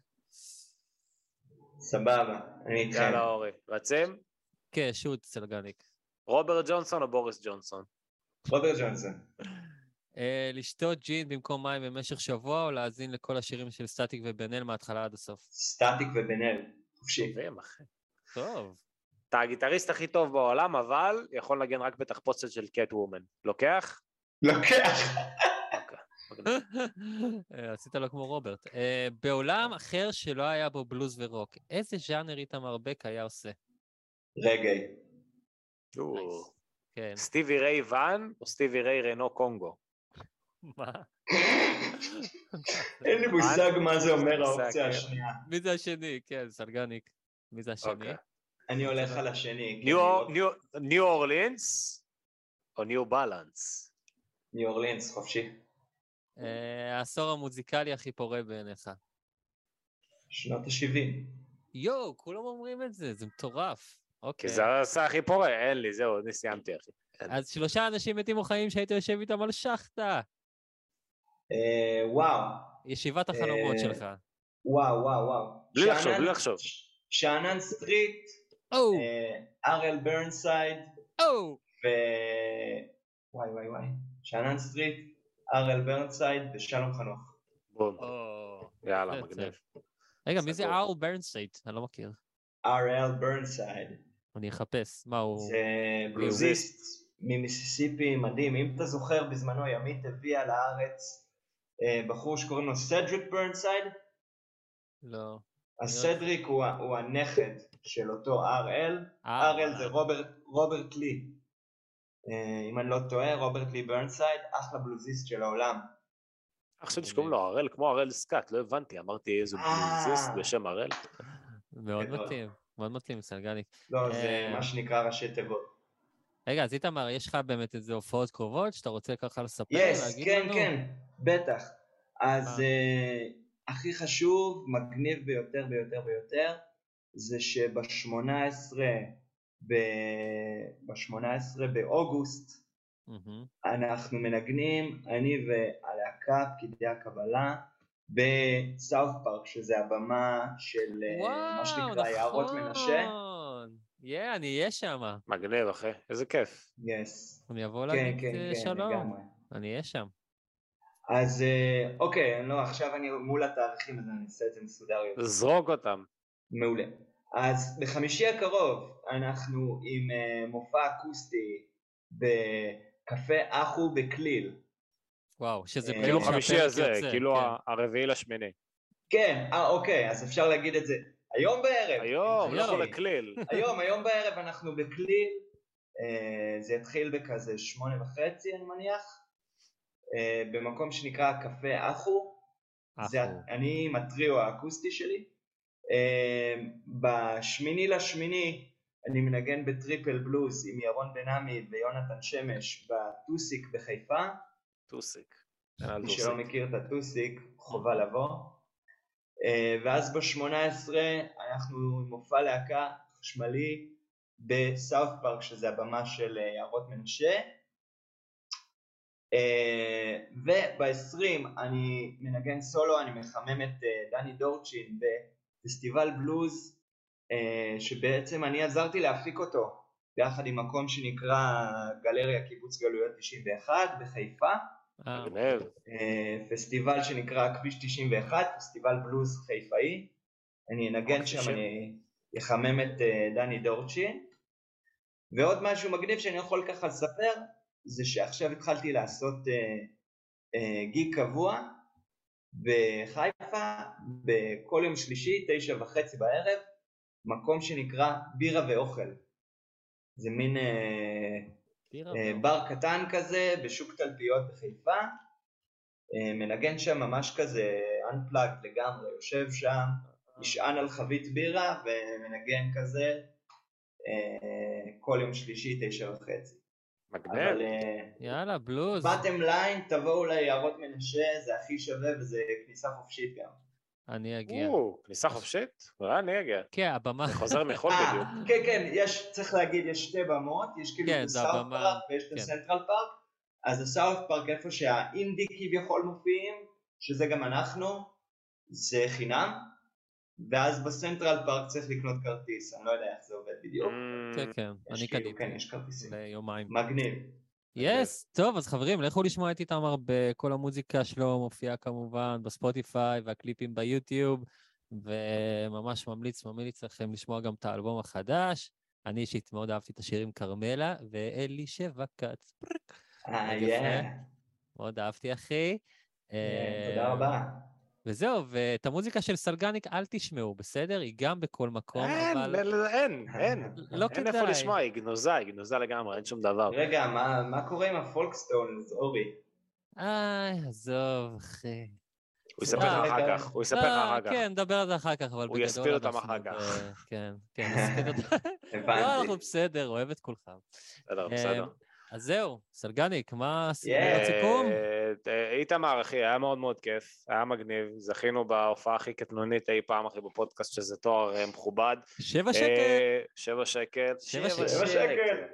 סבבה, אני איתכם. יאללה, אורי. רצים? כן, שוט, סלגניק. רוברט ג'ונסון או בוריס ג'ונסון? רוברט ג'ונסון. לשתות ג'ין במקום מים במשך שבוע, או להאזין לכל השירים של סטטיק ובן אל מההתחלה עד הסוף? סטטיק ובן אל, חופשי. טובים, אחי. טוב. אתה הגיטריסט הכי טוב בעולם, אבל יכול לנגן רק בתחפושת של קט וומן. לוקח? לוקח. עשית לו כמו רוברט. בעולם אחר שלא היה בו בלוז ורוק, איזה ז'אנר איתמר בק היה עושה? רגעי. סטיבי ריי ואן או סטיבי ריי רנו קונגו? מה? אין לי מושג מה זה אומר האופציה השנייה. מי זה השני? כן, סלגניק. מי זה השני? אני הולך על השני. ניו אורלינס או ניו בלנס? ניו אורלינס, חופשי. העשור המוזיקלי הכי פורה בעיניך? שנות ה-70. יואו, כולם אומרים את זה, זה מטורף. כי זה העשור הכי פורה, אין לי, זהו, אני סיימתי, אחי. אז 3 אנשים מתים או חיים שהיית יושב איתם על שחטה. וואו. ישיבת החלומות שלך. וואו. בלי לחשוב. שאנן סטריט, אראל ברנסייד, וואי. שאנן סטריט, אראל ברנסייד ושלום חנוך. בום. יאללה, מגניב. רגע, מי זה אראל ברנסייד? אני לא מכיר. אראל ברנסייד. אני אחפש, מה הוא? זה בלוזיסט ממיסיסיפי, מדהים. אם אתה זוכר, בזמנו ימית הביאה לארץ בחור שקוראים לו סדריק ברנסייד. לא. אז סדריק הוא הנכד של אותו אראל. אראל זה רוברט לי. אם אני לא טועה, רוברט לי ברנסייד, אחלה בלוזיסט של העולם. עכשיו שקוראים לו אראל, כמו אראל סקאט, לא הבנתי, אמרתי איזה בלוזיסט בשם אראל. מאוד מתאים, סלגניק. לא, זה מה שנקרא ראשי תיבות. רגע, אז איתמר, יש לך באמת איזה הופעות קרובות שאתה רוצה ככה לספר? כן, בטח. אז הכי חשוב, מגניב ביותר, זה ב-18 באוגוסט, אנחנו מנגנים, אני והלהקה, פקידי הקבלה, בסאוף פארק, שזה הבמה של מה שנקרא יערות מנשה. אני אהיה שם. מגניב, אחי, איזה כיף. אני אבוא להגיד שלום. אני אהיה שם. אז אוקיי, לא, עכשיו אני מול התאריכים, אז אני אעשה את זה מסודר יותר. זרוק אותם. מעולה. אז בחמישי הקרוב אנחנו עם מופע אקוסטי בקפה אחו בכליל. וואו, שזה כאילו חמישי הזה, כאילו 4/8. כן, אוקיי, אז אפשר להגיד את זה היום בערב. היום, אנחנו בכליל. היום בערב אנחנו בכליל, זה יתחיל בכזה 8:30 אני מניח, במקום שנקרא קפה אחו, אני עם הטריו האקוסטי שלי. ב8/8 אני מנגן בטריפל בלוז עם ירון בן עמי ויונתן שמש בטוסיק בחיפה. טוסיק. מי שלא מכיר את הטוסיק, חובה לבוא. ואז ב18 אנחנו מופע להקה חשמלי בסאוף פארק, שזה הבמה של יערות מנשה. וב-20 אני מנגן סולו, אני מחמם את דני דורצ'ין בפסטיבל בלוז, שבעצם אני עזרתי להפיק אותו ביחד עם מקום שנקרא גלריה קיבוץ גלויות 91 בחיפה. פסטיבל שנקרא כביש 91, פסטיבל בלוז חיפאי. אני אנגן שם, אני אחמם את דני דורצ'י. ועוד משהו מגניב שאני יכול ככה לספר, זה שעכשיו התחלתי לעשות גיג קבוע בחיפה, בכל יום שלישי, 9:30 בערב, מקום שנקרא בירה ואוכל. זה מין בר קטן כזה, בשוק תלפיות בחיפה, מנגן שם ממש כזה unplugged לגמרי, יושב שם, נשען על חבית בירה ומנגן כזה, כל יום שלישי 9:30. מגניב. יאללה, בלוז. בטם ליין, תבואו ליערות מנשה, זה הכי שווה וזה כניסה חופשית גם. אני אגיע. כניסה חופשית? אני אגיע. כן, הבמה. אני חוזר מחול בדיוק. כן, צריך להגיד, יש שתי במות, יש כאילו את הסאוט פארק ויש את הסנטרל פארק, אז הסאוט פארק איפה שהאינדי כביכול מופיעים, שזה גם אנחנו, זה חינם, ואז בסנטרל פארק צריך לקנות כרטיס, אני לא יודע איך זה עובד בדיוק. כן, אני קניתי. כן, יש כרטיסים. ליומיים. מגניב. יס, טוב, אז חברים, לכו לשמוע את איתמר בכל המוזיקה שלו, מופיעה כמובן בספוטיפיי והקליפים ביוטיוב, וממש ממליץ לכם לשמוע גם את האלבום החדש. אני אישית מאוד אהבתי את השירים קרמלה ואלישבע כץ. מאוד אהבתי, אחי. תודה רבה. וזהו, ואת המוזיקה של סלגניק אל תשמעו, בסדר? היא גם בכל מקום, אבל... אין איפה לשמוע, היא גנוזה לגמרי, אין שום דבר. רגע, מה קורה עם הפולקסטונס, אורי? עזוב, אחי. הוא יספר לך אחר כך, כן, נדבר על זה אחר כך, אבל הוא יספיר אותם אחר כך. כן, יספיר אותם. לא, אנחנו בסדר, אוהב את כולכם. בסדר. אז זהו, סלגניק, מה הסיכום? איתמר, אחי, היה מאוד מאוד כיף, היה מגניב, זכינו בהופעה הכי קטנונית אי פעם, אחי, בפודקאסט, שזה תואר מכובד. 7 שקל. 7 שקל. 7 שקל.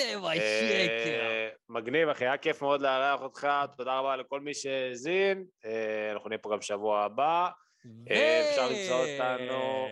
מגניב, אחי, היה כיף מאוד לארח אותך, תודה רבה לכל מי שהזין, אנחנו נהיה פה גם שבוע הבא. אפשר למצוא אותנו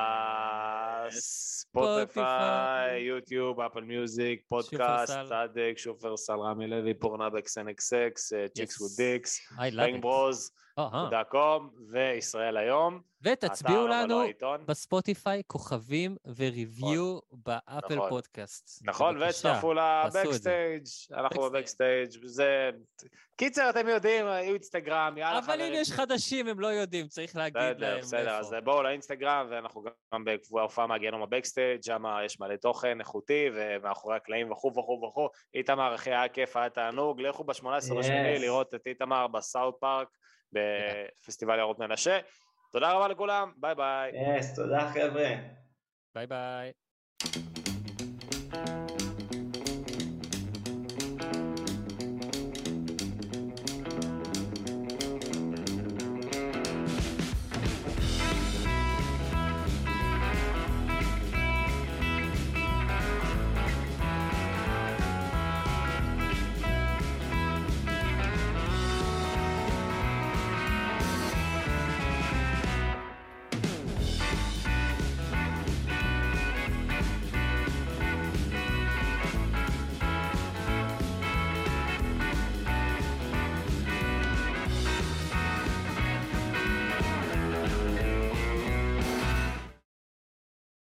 בספוטיפיי, יוטיוב, אפל מיוזיק, פודקאסט, צדק, שופרסל, רמי לוי, פורנבקס, NXX, צ'יקס ודיקס, בנגברוז.com וישראל היום. ותצביעו לנו בספוטיפיי כוכבים וריוויו באפל פודקאסט. נכון, וצטרפו לבקסטייג', אנחנו בבקסטייג', זה... קיצר, אתם יודעים, יהיו אינסטגרם, יאללה חברים. אבל אם יש חדשים, הם לא יודעים, צריך להגיד להם. בסדר, אז בואו לאינסטגרם, ואנחנו גם בקבוע הופעה מהגיהנום הבקסטייג', שם יש מלא תוכן איכותי, ומאחורי הקלעים וכו'. איתמר, אחי, היה כיף, היה תענוג, לכו ב-18 לראות את איתמר בסאוט פארק, בפסטיבל יערות מנשה. תודה רבה לכולם, ביי ביי. תודה חבר'ה. ביי ביי.